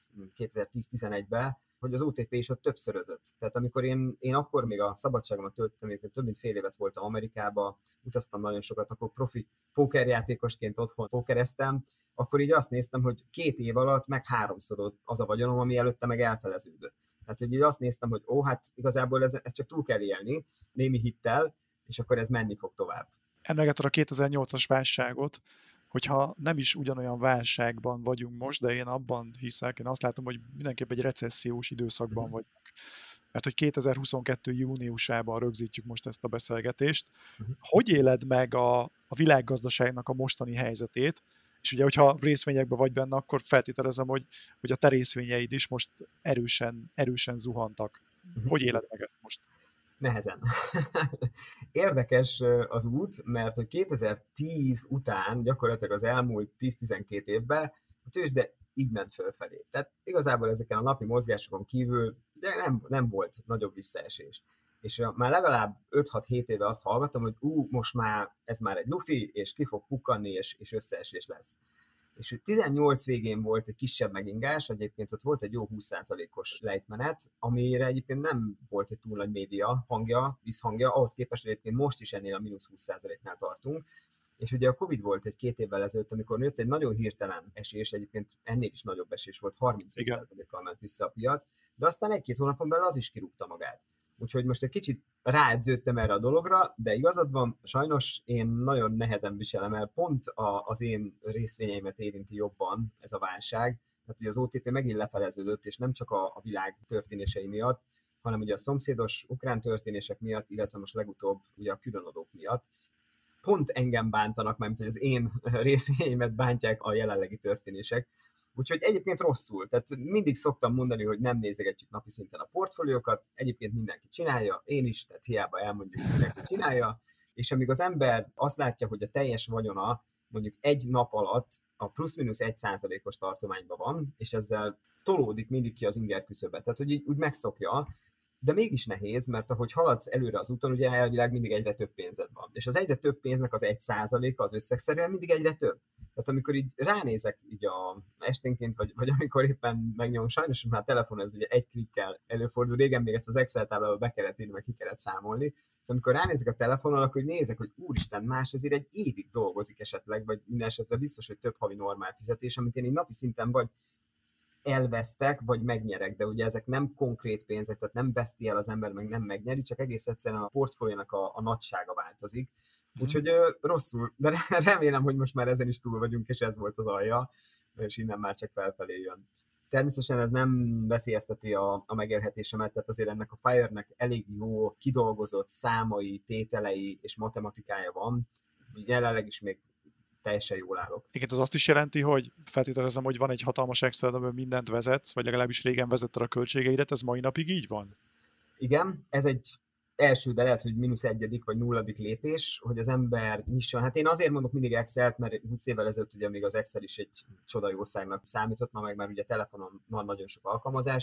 kétezer-tíz-tizenegyben, hogy az o té pé is ott többszörözött. Tehát amikor én, én akkor még a szabadságomat töltöttem, amikor több mint fél évet voltam Amerikába, utaztam nagyon sokat, akkor profi pókerjátékosként otthon pókereztem, akkor így azt néztem, hogy két év alatt meg háromszor az a vagyonom, ami előtte meg elfeleződött. Tehát, hogy így azt néztem, hogy ó, hát igazából ez, ez csak túl kell élni, némi hittel, és akkor ez menni fog tovább. Emlegetted a kétezer-nyolcas válságot, hogyha nem is ugyanolyan válságban vagyunk most, de én abban hiszek, én azt látom, hogy mindenképp egy recessziós időszakban uh-huh. vagyunk. Mert hogy kétezer-huszonkettő júniusában rögzítjük most ezt a beszélgetést. Uh-huh. Hogy éled meg a, a világgazdaságnak a mostani helyzetét? És ugye, hogyha részvényekben vagy benne, akkor feltételezem, hogy, hogy a te részvényeid is most erősen, erősen zuhantak. Uh-huh. Hogy éled meg ezt most? Nehezen. Érdekes az út, mert hogy kétezer-tíz után gyakorlatilag az elmúlt tíz-tizenkét évben a tőzsde így ment fölfelé. Tehát igazából ezeken a napi mozgásokon kívül de nem, nem volt nagyobb visszaesés. És már legalább öt-hat-hét éve azt hallgatom, hogy ú, most már ez már egy lufi, és ki fog pukkanni, és, és összeesés lesz. És tizennyolc végén volt egy kisebb megingás, egyébként ott volt egy jó húsz százalékos lejtmenet, amire egyébként nem volt egy túl nagy média hangja, visszhangja, ahhoz képest, hogy egyébként most is ennél a mínusz húsz százaléknál tartunk. És ugye a Covid volt egy két évvel ezelőtt, amikor jött egy nagyon hirtelen esés, egyébként ennél is nagyobb esés volt, harmincöt százalékkal ment vissza a piac, de aztán egy-két hónapon belül az is kirúgta magát. Úgyhogy most egy kicsit ráedződtem erre a dologra, de igazad van, sajnos én nagyon nehezen viselem el, pont a, az én részvényeimet érinti jobban ez a válság, tehát ugye az o té pé megint lefeleződött, és nem csak a, a világ történései miatt, hanem ugye a szomszédos ukrán történések miatt, illetve most legutóbb ugye a különadók miatt. Pont engem bántanak, mert hogy az én részvényeimet bántják a jelenlegi történések. Úgyhogy egyébként rosszul. Tehát mindig szoktam mondani, hogy nem nézegetjük napi szinten a portfóliókat, egyébként mindenki csinálja, én is, tehát hiába elmondjuk, hogy mindenki csinálja, és amíg az ember azt látja, hogy a teljes vagyona mondjuk egy nap alatt a plusz-minusz egy százalékos tartományban van, és ezzel tolódik mindig ki az inger küszöbe. Tehát, hogy így úgy megszokja, de mégis nehéz, mert ahogy haladsz előre az úton, ugye elvileg mindig egyre több pénzed van. És az egyre több pénznek az egy százaléka az összegszerűen mindig egyre több. Tehát amikor így ránézek így a esténként, vagy, vagy amikor éppen megnyomom, sajnos már a telefon ez ugye egy klikkel előfordul, régen még ezt az Excel táblába be kellett írni, meg ki kellett számolni. Szóval amikor ránézek a telefonon, akkor nézek, hogy úristen, más ezért egy évig dolgozik esetleg, vagy minden esetre biztos, hogy több havi normál fizetés, amit én így napi szinten vagy elvesztek, vagy megnyerek, de ugye ezek nem konkrét pénzek, tehát nem veszti el az ember, meg nem megnyeri, csak egész egyszerűen a portfóliónak a, a nagysága változik. Úgyhogy ö, rosszul, de remélem, hogy most már ezen is túl vagyunk, és ez volt az alja, és innen már csak felfelé jön. Természetesen ez nem veszélyezteti a, a megélhetésemet, tehát azért ennek a Fire-nek elég jó, kidolgozott számai, tételei és matematikája van. Jelenleg is még teljesen jól állok. Igen, az azt is jelenti, hogy feltételezem, hogy van egy hatalmas Excel, amiben mindent vezetsz, vagy legalábbis régen vezetted a költségeidet, ez mai napig így van? Igen, ez egy első, de lehet, hogy mínusz egyedik vagy nulladik lépés, hogy az ember nyisson. Hát én azért mondok mindig Excelt, mert húsz évvel ezelőtt ugye még az Excel is egy csodajószágnak számított, ma meg már ugye telefonon van nagyon sok alkalmazás,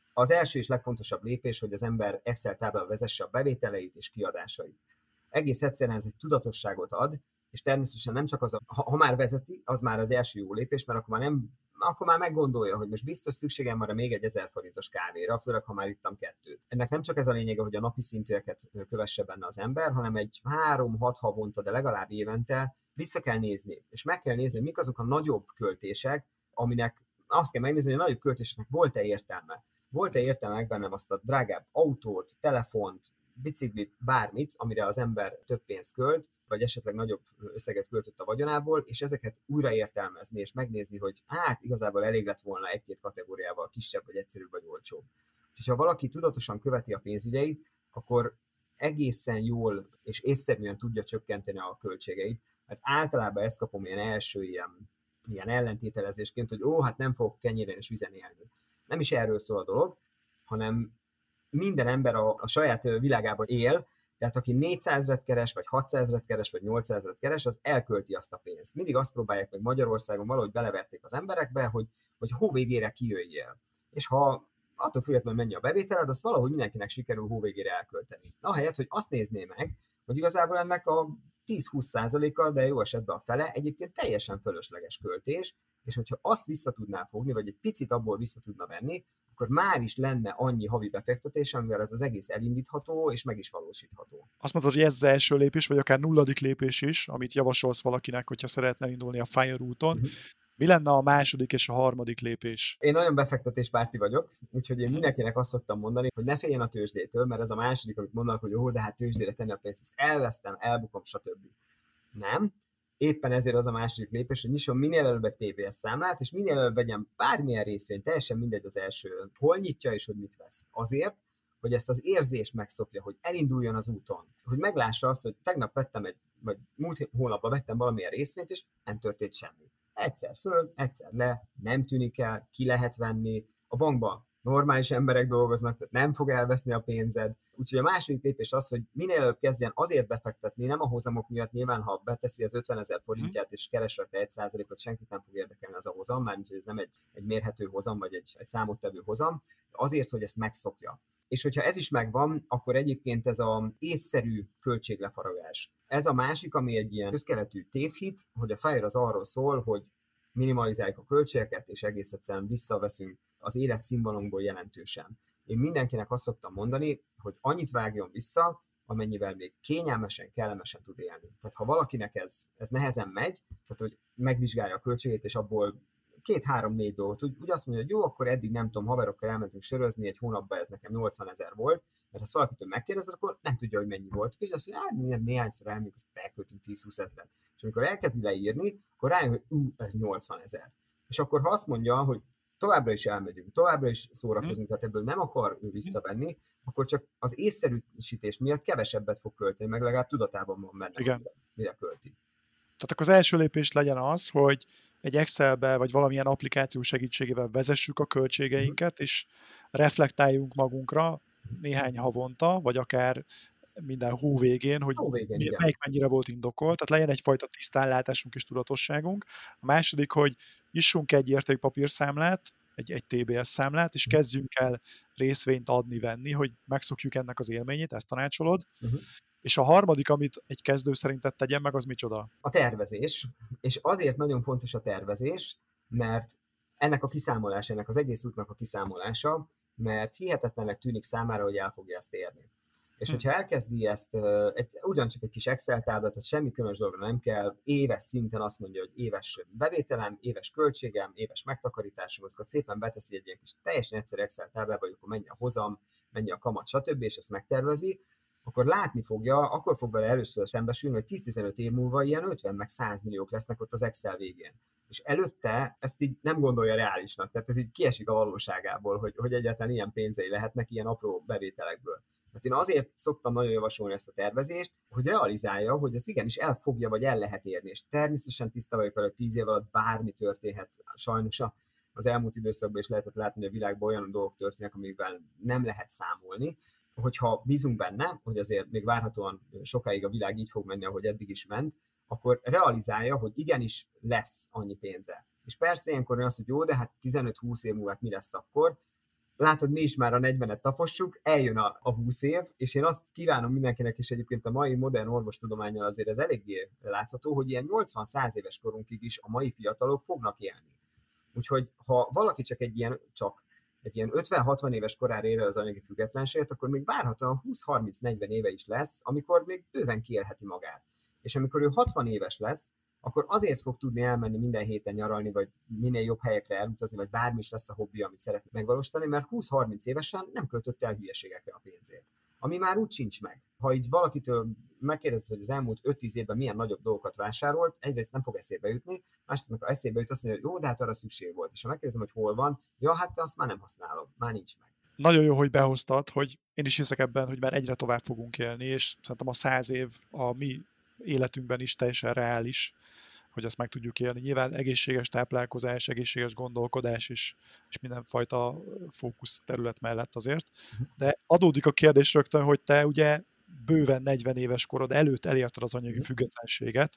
Az első és legfontosabb lépés, hogy az ember Excel táblában vezesse a bevételeit és kiadásait. Egész egyszerűen ez egy tudatosságot ad, és természetesen nem csak az, a, ha, ha már vezeti, az már az első jó lépés, mert akkor már, nem, akkor már meggondolja, hogy most biztos szükségem van még egy ezer forintos kávéra, főleg ha már ittam kettőt. Ennek nem csak ez a lényege, hogy a napi szintűeket kövesse benne az ember, hanem egy három-hat havonta, de legalább évente vissza kell nézni, és meg kell nézni, hogy mik azok a nagyobb költések, aminek azt kell megnézni, hogy a nagyobb költéseknek volt-e értelme. Volt-e értelme bennem azt a drágább autót, telefont, biciklit, bármit, amire az ember több pénzt költ, vagy esetleg nagyobb összeget költött a vagyonából, és ezeket újra értelmezni, és megnézni, hogy hát igazából elég lett volna egy-két kategóriával kisebb, vagy egyszerűbb, vagy olcsóbb. Úgyhogy ha valaki tudatosan követi a pénzügyeit, akkor egészen jól és észszerűen tudja csökkenteni a költségeit, mert általában ezt kapom ilyen első ilyen, ilyen ellentételezésként, hogy ó, hát nem fogok kenyéren és vizen élni. Nem is erről szól a dolog, hanem minden ember a, a saját világában él, tehát aki négyszázezret keres, vagy hatszázezret keres, vagy nyolcszázezret keres, az elkölti azt a pénzt. Mindig azt próbálják meg Magyarországon, valahogy beleverték az emberekbe, hogy, hogy hó végére kijöjjél. És ha attól függetlenül mennyi a bevételed, azt valahogy mindenkinek sikerül hó végére elkölteni. Ahelyett, hogy azt nézné meg, hogy igazából ennek a tíz-húsz százaléka, de jó esetben a fele egyébként teljesen fölösleges költés, és hogyha azt vissza tudná fogni, vagy egy picit abból vissza tudna venni, akkor már is lenne annyi havi befektetés, amivel ez az egész elindítható és meg is valósítható. Azt mondod, hogy ez az első lépés, vagy akár nulladik lépés is, amit javasolsz valakinek, hogyha szeretne indulni a FIRE úton. Uh-huh. Mi lenne a második és a harmadik lépés? Én nagyon befektetéspárti vagyok, úgyhogy én mindenkinek azt szoktam mondani, hogy ne féljen a tőzsdétől, mert ez a második, amit mondanak, hogy jó, de hát tőzsdére tenni a pénzt, ezt elvesztem, elbukom, stb. Nem. Éppen ezért az a második lépés, hogy nyisson minél előbb egy té vé es számlát, és minél előbb vegyem bármilyen részvényt, teljesen mindegy az első, hol nyitja és hogy mit vesz. Azért, hogy ezt az érzést megszokja, hogy elinduljon az úton, hogy meglássa azt, hogy tegnap vettem egy, vagy múlt hónapban vettem valamilyen részvényt, és nem történt semmi. Egyszer föl, egyszer le, nem tűnik el, ki lehet venni. A bankban normális emberek dolgoznak, tehát nem fog elveszni a pénzed. Úgyhogy a második lépés az, hogy minél előbb kezdjen azért befektetni, nem a hozamok miatt, nyilván ha beteszi az ötvenezer forintját és keres rajta egy százalékot, senkit nem fog érdekelni az a hozam, mármint hogy ez nem egy, egy mérhető hozam, vagy egy, egy számottevő hozam, azért, hogy ezt megszokja. És hogyha ez is megvan, akkor egyébként ez az észszerű költséglefaragás. Ez a másik, ami egy ilyen közkeletű tévhit, hogy a FIRE az arról szól, hogy minimalizáljuk a költségeket, és egész egyszerűen visszaveszünk az életszínvonalunkból jelentősen. Én mindenkinek azt szoktam mondani, hogy annyit vágjon vissza, amennyivel még kényelmesen, kellemesen tud élni. Tehát ha valakinek ez, ez nehezen megy, tehát hogy megvizsgálja a költségét, és abból két-három-négy dolgot, úgy, úgy azt mondja, hogy jó, akkor eddig nem tudom, haverokkal elmentünk sörözni, egy hónapban ez nekem nyolcvanezer volt, mert ha valakitől megkérdezed, akkor nem tudja, hogy mennyi volt. Úgyhogy azt mondja, hát néhányszor elmegyünk, azt elköltünk tíz-húsz ezeret. És amikor elkezdi leírni, akkor rájön, hogy ú, ez nyolcvanezer. És akkor ha azt mondja, hogy továbbra is elmegyünk, továbbra is szórakozunk, tehát ebből nem akar ő visszavenni, akkor csak az észszerűsítés miatt kevesebbet fog költeni, meg legalább tudatában van benne, igen, mire, mire költi. Tehát akkor az első lépés legyen az, hogy egy Excelbe vagy valamilyen applikáció segítségével vezessük a költségeinket, mm. és reflektáljunk magunkra néhány havonta, vagy akár minden hó végén, hogy hó végén, mi, melyik mennyire volt indokolt, tehát legyen egyfajta tisztánlátásunk és tudatosságunk. A második, hogy issunk egy értékpapírszámlát, egy, egy té bé es számlát, és kezdjünk el részvényt adni-venni, hogy megszokjuk ennek az élményét, ezt tanácsolod. Uh-huh. És a harmadik, amit egy kezdő szerinted tegyen meg, az micsoda? A tervezés. És azért nagyon fontos a tervezés, mert ennek a kiszámolása, ennek az egész útnak a kiszámolása, mert hihetetlennek tűnik számára, hogy el fogja ezt érni. És hm. hogyha elkezdi ezt, egy, ugyancsak egy kis Excel táblát, tehát semmi különös dologra nem kell, éves szinten azt mondja, hogy éves bevételem, éves költségem, éves megtakarításom, azokat szépen beteszi egy ilyen kis teljesen egyszerű Excel táblába, hogy akkor mennyi a hozam, mennyi a kamat, stb., és ezt megtervezi, akkor látni fogja, akkor fog vele először szembesülni, hogy tíz-tizenöt év múlva ilyen ötven meg száz milliók lesznek ott az Excel végén. És előtte ezt így nem gondolja reálisnak, tehát ez így kiesik a valóságából, hogy, hogy egyáltalán ilyen pénzei lehetnek ilyen apró bevételekből. Hát én azért szoktam nagyon javasolni ezt a tervezést, hogy realizálja, hogy ez igenis el fogja, vagy el lehet érni, és természetesen tiszta vagyok vele, hogy tíz év alatt bármi történhet. Sajnos az elmúlt időszakban is lehetett látni, hogy a világban olyan dolgok történnek, amivel nem lehet számolni. Hogyha bízunk benne, hogy azért még várhatóan sokáig a világ így fog menni, ahogy eddig is ment, akkor realizálja, hogy igenis lesz annyi pénze. És persze ilyenkor az, hogy jó, de hát tizenöt-húsz év múlva mi lesz akkor, látod, mi is már a negyvenet tapossuk, eljön a, a húsz év, és én azt kívánom mindenkinek, és egyébként a mai modern orvostudománnyal azért ez eléggé látható, hogy ilyen nyolcvan-száz éves korunkig is a mai fiatalok fognak élni. Úgyhogy ha valaki csak egy ilyen, csak egy ilyen ötven-hatvan éves korára ér el az anyagi függetlenséget, akkor még várhatóan húsz-harminc-negyven éve is lesz, amikor még bőven kiélheti magát. És amikor ő hatvan éves lesz, akkor azért fog tudni elmenni minden héten nyaralni, vagy minél jobb helyekre elutazni, vagy bármi is lesz a hobbi, amit szeretne megvalósítani, mert húsz-harminc évesen nem költötte el hülyeségekre a pénzét. Ami már úgy sincs meg. Ha így valakitől megkérdezed, hogy az elmúlt öt-tíz évben milyen nagyobb dolgokat vásárolt, egyrészt nem fog eszébe jutni, másrészt, ha eszébe jut, azt mondja, hogy jó, de hát arra szükség volt. És ha megkérdezem, hogy hol van, ja, hát azt már nem használom, már nincs meg. Nagyon jó, hogy behoztad, hogy én is hiszek ebben, hogy már egyre tovább fogunk élni, és szerintem a száz év a mi életünkben is teljesen reális, hogy azt meg tudjuk élni. Nyilván egészséges táplálkozás, egészséges gondolkodás és, és mindenfajta fókusz terület mellett azért. De adódik a kérdés rögtön, hogy te ugye bőven negyven éves korod előtt elérted az anyagi függetlenséget,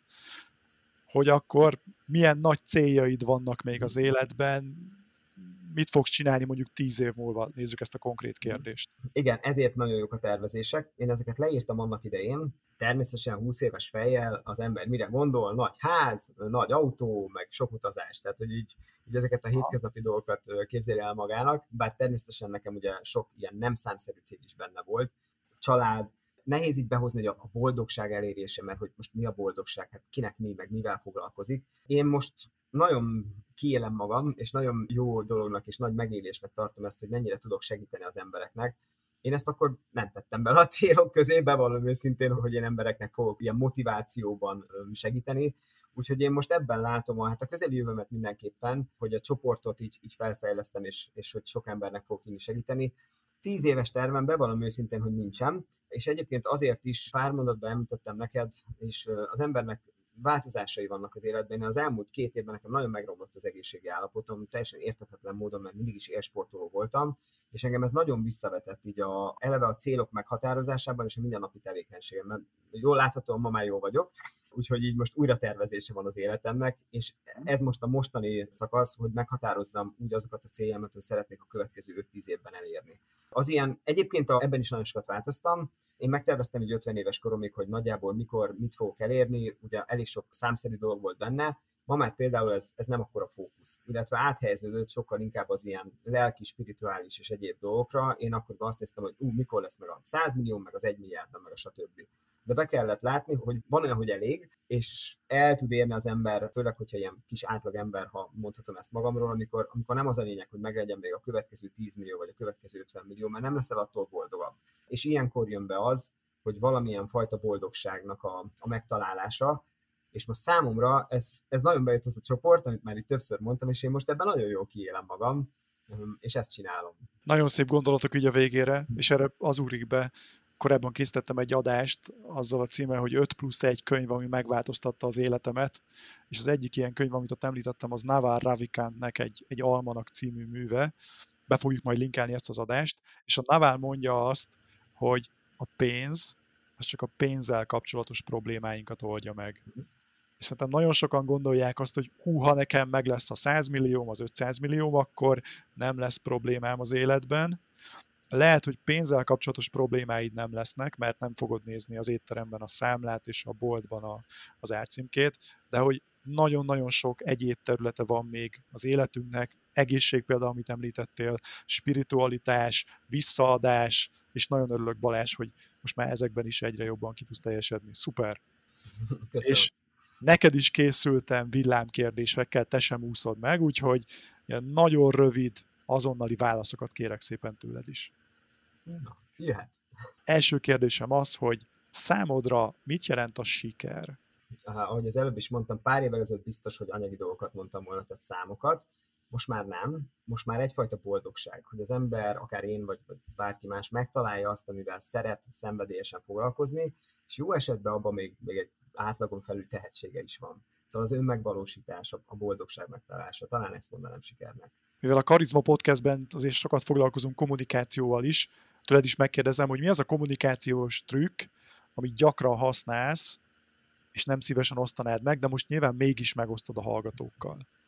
hogy akkor milyen nagy céljaid vannak még az életben, mit fogsz csinálni mondjuk tíz év múlva? Nézzük ezt a konkrét kérdést. Igen, ezért nagyon jók a tervezések. Én ezeket leírtam annak idején. Természetesen húsz éves fejjel az ember mire gondol? Nagy ház, nagy autó, meg sok utazás. Tehát, hogy így, így ezeket a hétköznapi dolgokat képzelje el magának. Bár természetesen nekem ugye sok ilyen nem számszerű cél is benne volt. Család. Nehéz így behozni, hogy a boldogság elérése, mert hogy most mi a boldogság, hát kinek mi, meg mivel foglalkozik. Én most nagyon kiélem magam, és nagyon jó dolognak és nagy megélésnek tartom ezt, hogy mennyire tudok segíteni az embereknek. Én ezt akkor nem tettem bele a célok közé, bevallom őszintén, hogy én embereknek fogok ilyen motivációban segíteni. Úgyhogy én most ebben látom a, hát a közeli jövőmet mindenképpen, hogy a csoportot így, így felfejlesztem, és, és hogy sok embernek fogok tudni segíteni. Tíz éves tervem, bevallom őszintén, hogy nincsen, és egyébként azért is pár mondatban említettem neked, és az embernek változásai vannak az életben. Én az elmúlt két évben nekem nagyon megromlott az egészségi állapotom, teljesen érthetetlen módon, mert mindig is élsportoló voltam, és engem ez nagyon visszavetett így a, eleve a célok meghatározásában és a mindennapi tevékenységemben. Jól láthatóan ma már jó vagyok, úgyhogy így most újra tervezése van az életemnek, és ez most a mostani szakasz, hogy meghatározzam úgy azokat a céljámat, hogy szeretnék a következő öt-tíz évben elérni. Az ilyen, egyébként a, ebben is nagyon sokat változtam. Én megterveztem így ötven éves koromig, hogy nagyjából mikor mit fogok elérni, ugye elég sok számszerű dolog volt benne, ma már például ez, ez nem akkora fókusz, illetve áthelyeződött sokkal inkább az ilyen lelki, spirituális és egyéb dolgokra. Én akkor azt néztem, hogy ú, mikor lesz meg a száz millió, meg az egy milliárd, meg a stb. De be kellett látni, hogy van olyan, hogy elég, és el tud érni az ember, főleg, hogyha ilyen kis átlag ember, ha mondhatom ezt magamról, amikor, amikor nem az a lényeg, hogy meglegyen még a következő tíz millió, vagy a következő ötven millió, mert nem leszel attól boldogabb. És ilyenkor jön be az, hogy valamilyen fajta boldogságnak a, a megtalálása, és most számomra ez, ez nagyon bejött az a csoport, amit már itt többször mondtam, és én most ebben nagyon jól kiélem magam, és ezt csinálom. Nagyon szép gondolatok így a végére, és erre az úrik be. Korábban készítettem egy adást azzal a címmel, hogy öt plusz egy könyv, ami megváltoztatta az életemet, és az egyik ilyen könyv, amit ott említettem, az Naval Ravikantnek egy, egy Almanak című műve. Be fogjuk majd linkelni ezt az adást, és a Naval mondja azt, hogy a pénz, az csak a pénzzel kapcsolatos problémáinkat oldja meg. És szerintem nagyon sokan gondolják azt, hogy hú, ha nekem meg lesz a száz millióm, az ötszáz millióm, akkor nem lesz problémám az életben. Lehet, hogy pénzzel kapcsolatos problémáid nem lesznek, mert nem fogod nézni az étteremben a számlát és a boltban a, az árcímkét, de hogy nagyon-nagyon sok egyéb területe van még az életünknek, egészség például, amit említettél, spiritualitás, visszaadás, és nagyon örülök, Balázs, hogy most már ezekben is egyre jobban ki tudsz teljesedni. Szuper! Köszönöm. És neked is készültem villámkérdésekkel, te sem úszod meg, úgyhogy ilyen nagyon rövid, azonnali válaszokat kérek szépen tőled is. Na, jöhet. Első kérdésem az, hogy számodra mit jelent a siker? Ahogy az előbb is mondtam, pár évvel ezelőtt biztos, hogy anyagi dolgokat mondtam volna, tehát számokat. Most már nem. Most már egyfajta boldogság, hogy az ember, akár én vagy, vagy bárki más megtalálja azt, amivel szeret szenvedélyesen foglalkozni, és jó esetben abban még, még egy átlagon felül tehetsége is van. Szóval az önmegvalósítás, a boldogság megtalálása, talán ezt mondanám sikernek. Mivel a Karizma Podcastben azért sokat foglalkozunk kommunikációval is, tőled is megkérdezem, hogy mi az a kommunikációs trükk, amit gyakran használsz, és nem szívesen osztanád meg, de most nyilván mégis megosztod a hallgatókkal.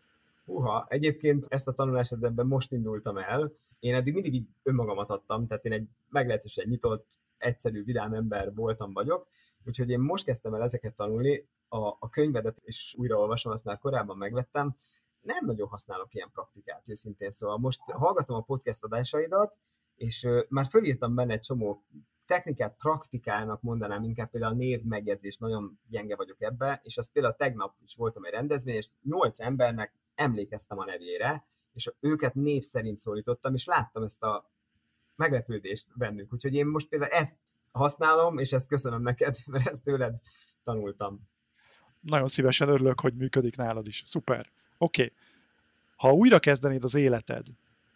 Húha, egyébként ezt a tanulást ebben most indultam el. Én eddig mindig így önmagamat adtam, tehát én egy meglehetősen nyitott, egyszerű, vidám ember voltam, vagyok, úgyhogy én most kezdtem el ezeket tanulni, a, a könyvedet is újraolvasom, azt már korábban megvettem, nem nagyon használok ilyen praktikát, őszintén, szóval most hallgatom a podcast adásaidat, és uh, már fölírtam benne egy csomó technikát, praktikának mondanám, inkább például a névmegjegyzés, nagyon gyenge vagyok ebbe, és az például tegnap is voltam egy rendezvény, és nyolc embernek emlékeztem a nevére, és őket név szerint szólítottam, és láttam ezt a meglepődést bennük. Úgyhogy én most például ezt használom, és ezt köszönöm neked, mert ezt tőled tanultam. Nagyon szívesen örülök, hogy működik nálad is. Szuper. Oké. Okay. Ha újra kezdenéd az életed,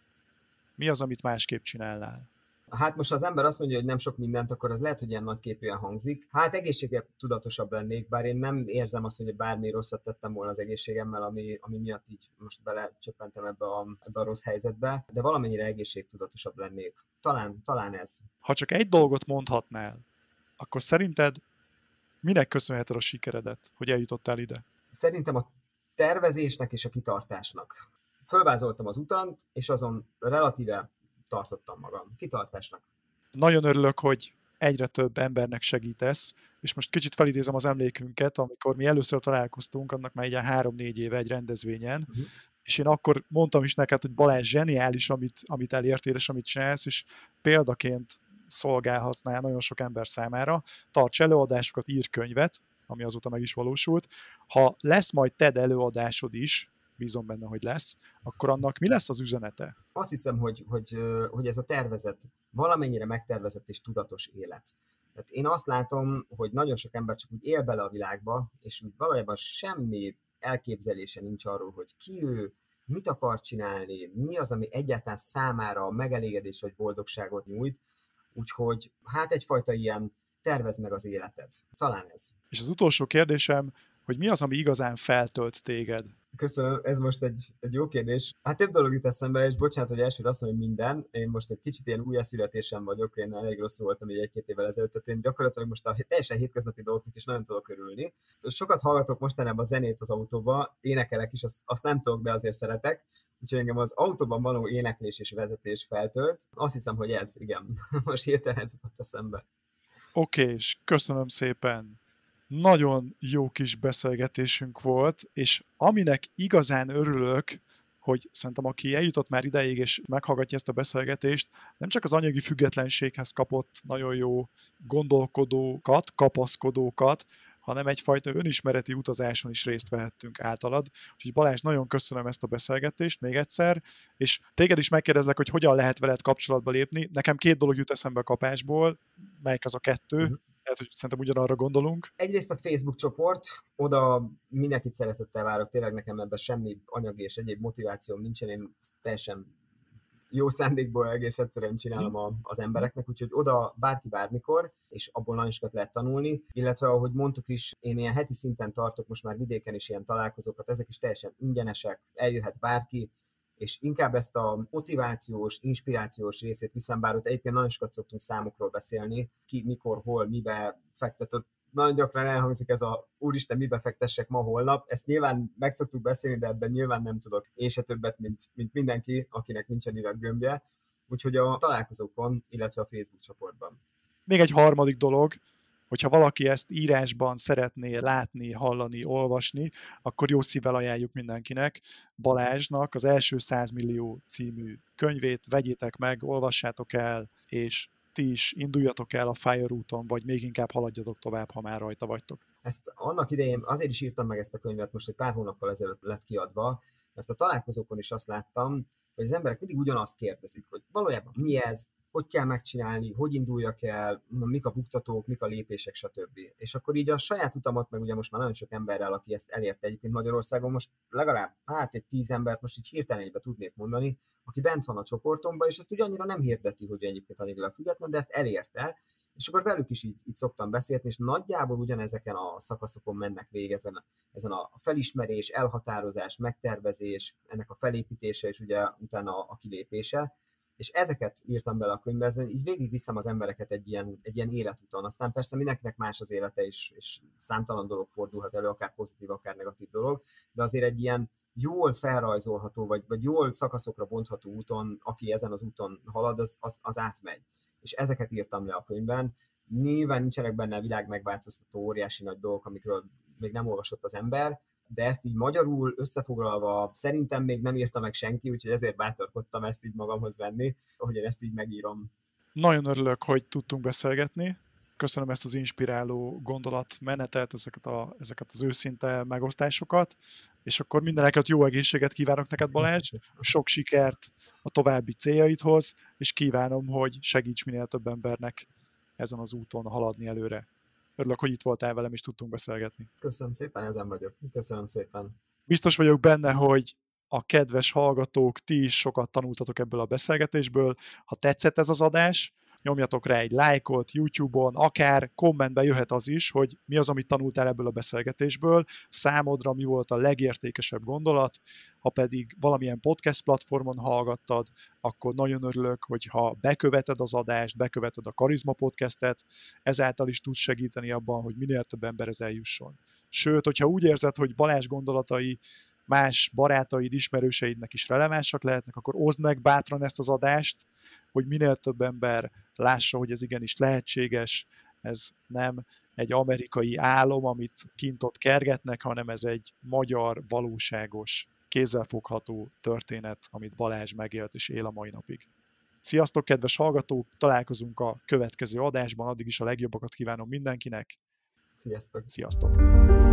mi az, amit másképp csinálnál? Hát most az ember azt mondja, hogy nem sok mindent, akkor az lehet, hogy ilyen nagyképűen hangzik. Hát egészségebb tudatosabb lennék, bár én nem érzem azt, hogy bármi rosszat tettem volna az egészségemmel, ami, ami miatt így most belecsöppentem ebbe a, ebbe a rossz helyzetbe, de valamennyire egészségtudatosabb lennék. Talán, talán ez. Ha csak egy dolgot mondhatnál, akkor szerinted minek köszönheted a sikeredet, hogy eljutottál ide? Szerintem a tervezésnek és a kitartásnak. Fölvázoltam az utat, és azon relatíve tartottam magam. Kitartásnak. Nagyon örülök, hogy egyre több embernek segítesz, és most kicsit felidézem az emlékünket, amikor mi először találkoztunk, annak már ilyen három-négy éve egy rendezvényen, uh-huh. és én akkor mondtam is neked, hogy Balázs, zseniális, amit, amit elértél, és amit csinálsz, és példaként szolgálhatnál nagyon sok ember számára. Tarts előadásokat, ír könyvet, ami azóta meg is valósult. Ha lesz majd TED előadásod is, bízom benne, hogy lesz, akkor annak mi lesz az üzenete? Azt hiszem, hogy, hogy, hogy ez a tervezett, valamennyire megtervezett és tudatos élet. Tehát én azt látom, hogy nagyon sok ember csak úgy él bele a világba, és úgy valójában semmi elképzelése nincs arról, hogy ki ő, mit akar csinálni, mi az, ami egyáltalán számára megelégedés vagy boldogságot nyújt. Úgyhogy hát egyfajta ilyen tervezd meg az életed. Talán ez. És az utolsó kérdésem, hogy mi az, ami igazán feltölt téged? Köszönöm, ez most egy, egy jó kérdés. Hát több dolog jut eszembe, és bocsánat, hogy elsőre azt mondom, hogy minden. Én most egy kicsit ilyen újjászületésem vagyok, én elég rosszul voltam így egy-két évvel ezelőtt, tehát én gyakorlatilag most a teljesen hétköznapi dolgoknak is nagyon tudok örülni. Sokat hallgatok mostanában a zenét az autóba, énekelek is, azt, azt nem tudok, de azért szeretek. Úgyhogy engem az autóban való éneklés és vezetés feltölt. Azt hiszem, hogy ez, igen. Most hirtelen ez jutott eszembe. Oké, okay, és köszönöm szépen. Nagyon jó kis beszélgetésünk volt, és aminek igazán örülök, hogy szerintem aki eljutott már ideig és meghallgatja ezt a beszélgetést, nem csak az anyagi függetlenséghez kapott nagyon jó gondolkodókat, kapaszkodókat, hanem egyfajta önismereti utazáson is részt vehettünk általad. Úgyhogy Balázs, nagyon köszönöm ezt a beszélgetést még egyszer, és téged is megkérdezlek, hogy hogyan lehet veled kapcsolatba lépni. Nekem két dolog jut eszembe a kapásból, melyik az a kettő, uh-huh. lehet, hogy szerintem ugyanarra gondolunk. Egyrészt a Facebook csoport, oda mindenkit szeretettel várok, tényleg nekem ebben semmi anyagi és egyéb motivációm nincsen, én teljesen jó szándékból egész egyszerűen csinálom a, az embereknek, úgyhogy oda bárki bármikor, és abból nagyon sokat lehet tanulni, illetve ahogy mondtuk is, én ilyen heti szinten tartok most már vidéken is ilyen találkozókat, ezek is teljesen ingyenesek, eljöhet bárki, és inkább ezt a motivációs, inspirációs részét viszem, bár ott egyébként nagyon sokat szoktunk számokról beszélni, ki, mikor, hol, mibe fektetett. Nagyon gyakran elhangzik ez a úristen, mibe fektessek ma, holnap. Ezt nyilván meg szoktuk beszélni, de ebben nyilván nem tudok én se többet, mint, mint mindenki, akinek nincsen gömbje. Úgyhogy a találkozókon, illetve a Facebook csoportban. Még egy harmadik dolog, hogyha valaki ezt írásban szeretné látni, hallani, olvasni, akkor jó szívvel ajánljuk mindenkinek. Balázsnak az első száz millió című könyvét vegyétek meg, olvassátok el, és ti is induljatok el a Fire úton, vagy még inkább haladjatok tovább, ha már rajta vagytok. Ezt annak idején azért is írtam meg ezt a könyvet, most egy pár hónappal ezelőtt lett kiadva, mert a találkozókon is azt láttam, hogy az emberek mindig ugyanazt kérdezik, hogy valójában mi ez, hogy kell megcsinálni, hogy induljak el, mik a buktatók, mik a lépések, stb. És akkor így a saját utamat, meg ugye most már nagyon sok emberrel, aki ezt elérte egyébként Magyarországon, most legalább hát egy tíz embert most így hirtelen egybe tudnék mondani, aki bent van a csoportomban, és ezt ugye annyira nem hirdeti, hogy egyébként annyira független, de ezt elérte, és akkor velük is így, így szoktam beszélni, és nagyjából ugyanezeken a szakaszokon mennek végig, ezen, ezen a felismerés, elhatározás, megtervezés, ennek a felépítése, és ugye utána a, a kilépése. És ezeket írtam bele a könyvbe, ezen így végigviszem az embereket egy ilyen, egy ilyen életúton. Aztán persze mindenkinek más az élete, és, és számtalan dolog fordulhat elő, akár pozitív, akár negatív dolog, de azért egy ilyen jól felrajzolható, vagy, vagy jól szakaszokra bontható úton, aki ezen az úton halad, az, az, az átmegy. És ezeket írtam le a könyvben. Nyilván nincsenek benne a világ megváltoztató óriási nagy dolgok, amikről még nem olvasott az ember, de ezt így magyarul összefoglalva szerintem még nem írta meg senki, úgyhogy ezért bátorkodtam ezt így magamhoz venni, hogy én ezt így megírom. Nagyon örülök, hogy tudtunk beszélgetni. Köszönöm ezt az inspiráló gondolatmenetet, ezeket, a, ezeket az őszinte megosztásokat, és akkor mindeneket jó egészséget kívánok neked, Balázs, sok sikert a további céljaidhoz, és kívánom, hogy segíts minél több embernek ezen az úton haladni előre. Örülök, hogy itt voltál velem, és tudtunk beszélgetni. Köszönöm szépen, ezen vagyok. Köszönöm szépen. Biztos vagyok benne, hogy a kedves hallgatók, ti is sokat tanultatok ebből a beszélgetésből. Ha tetszett ez az adás, nyomjatok rá egy lájkot YouTube-on, akár kommentben jöhet az is, hogy mi az, amit tanultál ebből a beszélgetésből, számodra mi volt a legértékesebb gondolat, ha pedig valamilyen podcast platformon hallgattad, akkor nagyon örülök, hogyha beköveted az adást, beköveted a Karizma Podcastet, ezáltal is tudsz segíteni abban, hogy minél több emberhez eljusson. Sőt, hogyha úgy érzed, hogy Balázs gondolatai más barátaid, ismerőseidnek is relevánsak lehetnek, akkor oszd meg bátran ezt az adást, hogy minél több ember lássa, hogy ez igenis lehetséges, ez nem egy amerikai álom, amit kint ott kergetnek, hanem ez egy magyar, valóságos, kézzelfogható történet, amit Balázs megélt és él a mai napig. Sziasztok, kedves hallgatók! Találkozunk a következő adásban, addig is a legjobbakat kívánom mindenkinek. Sziasztok! Sziasztok!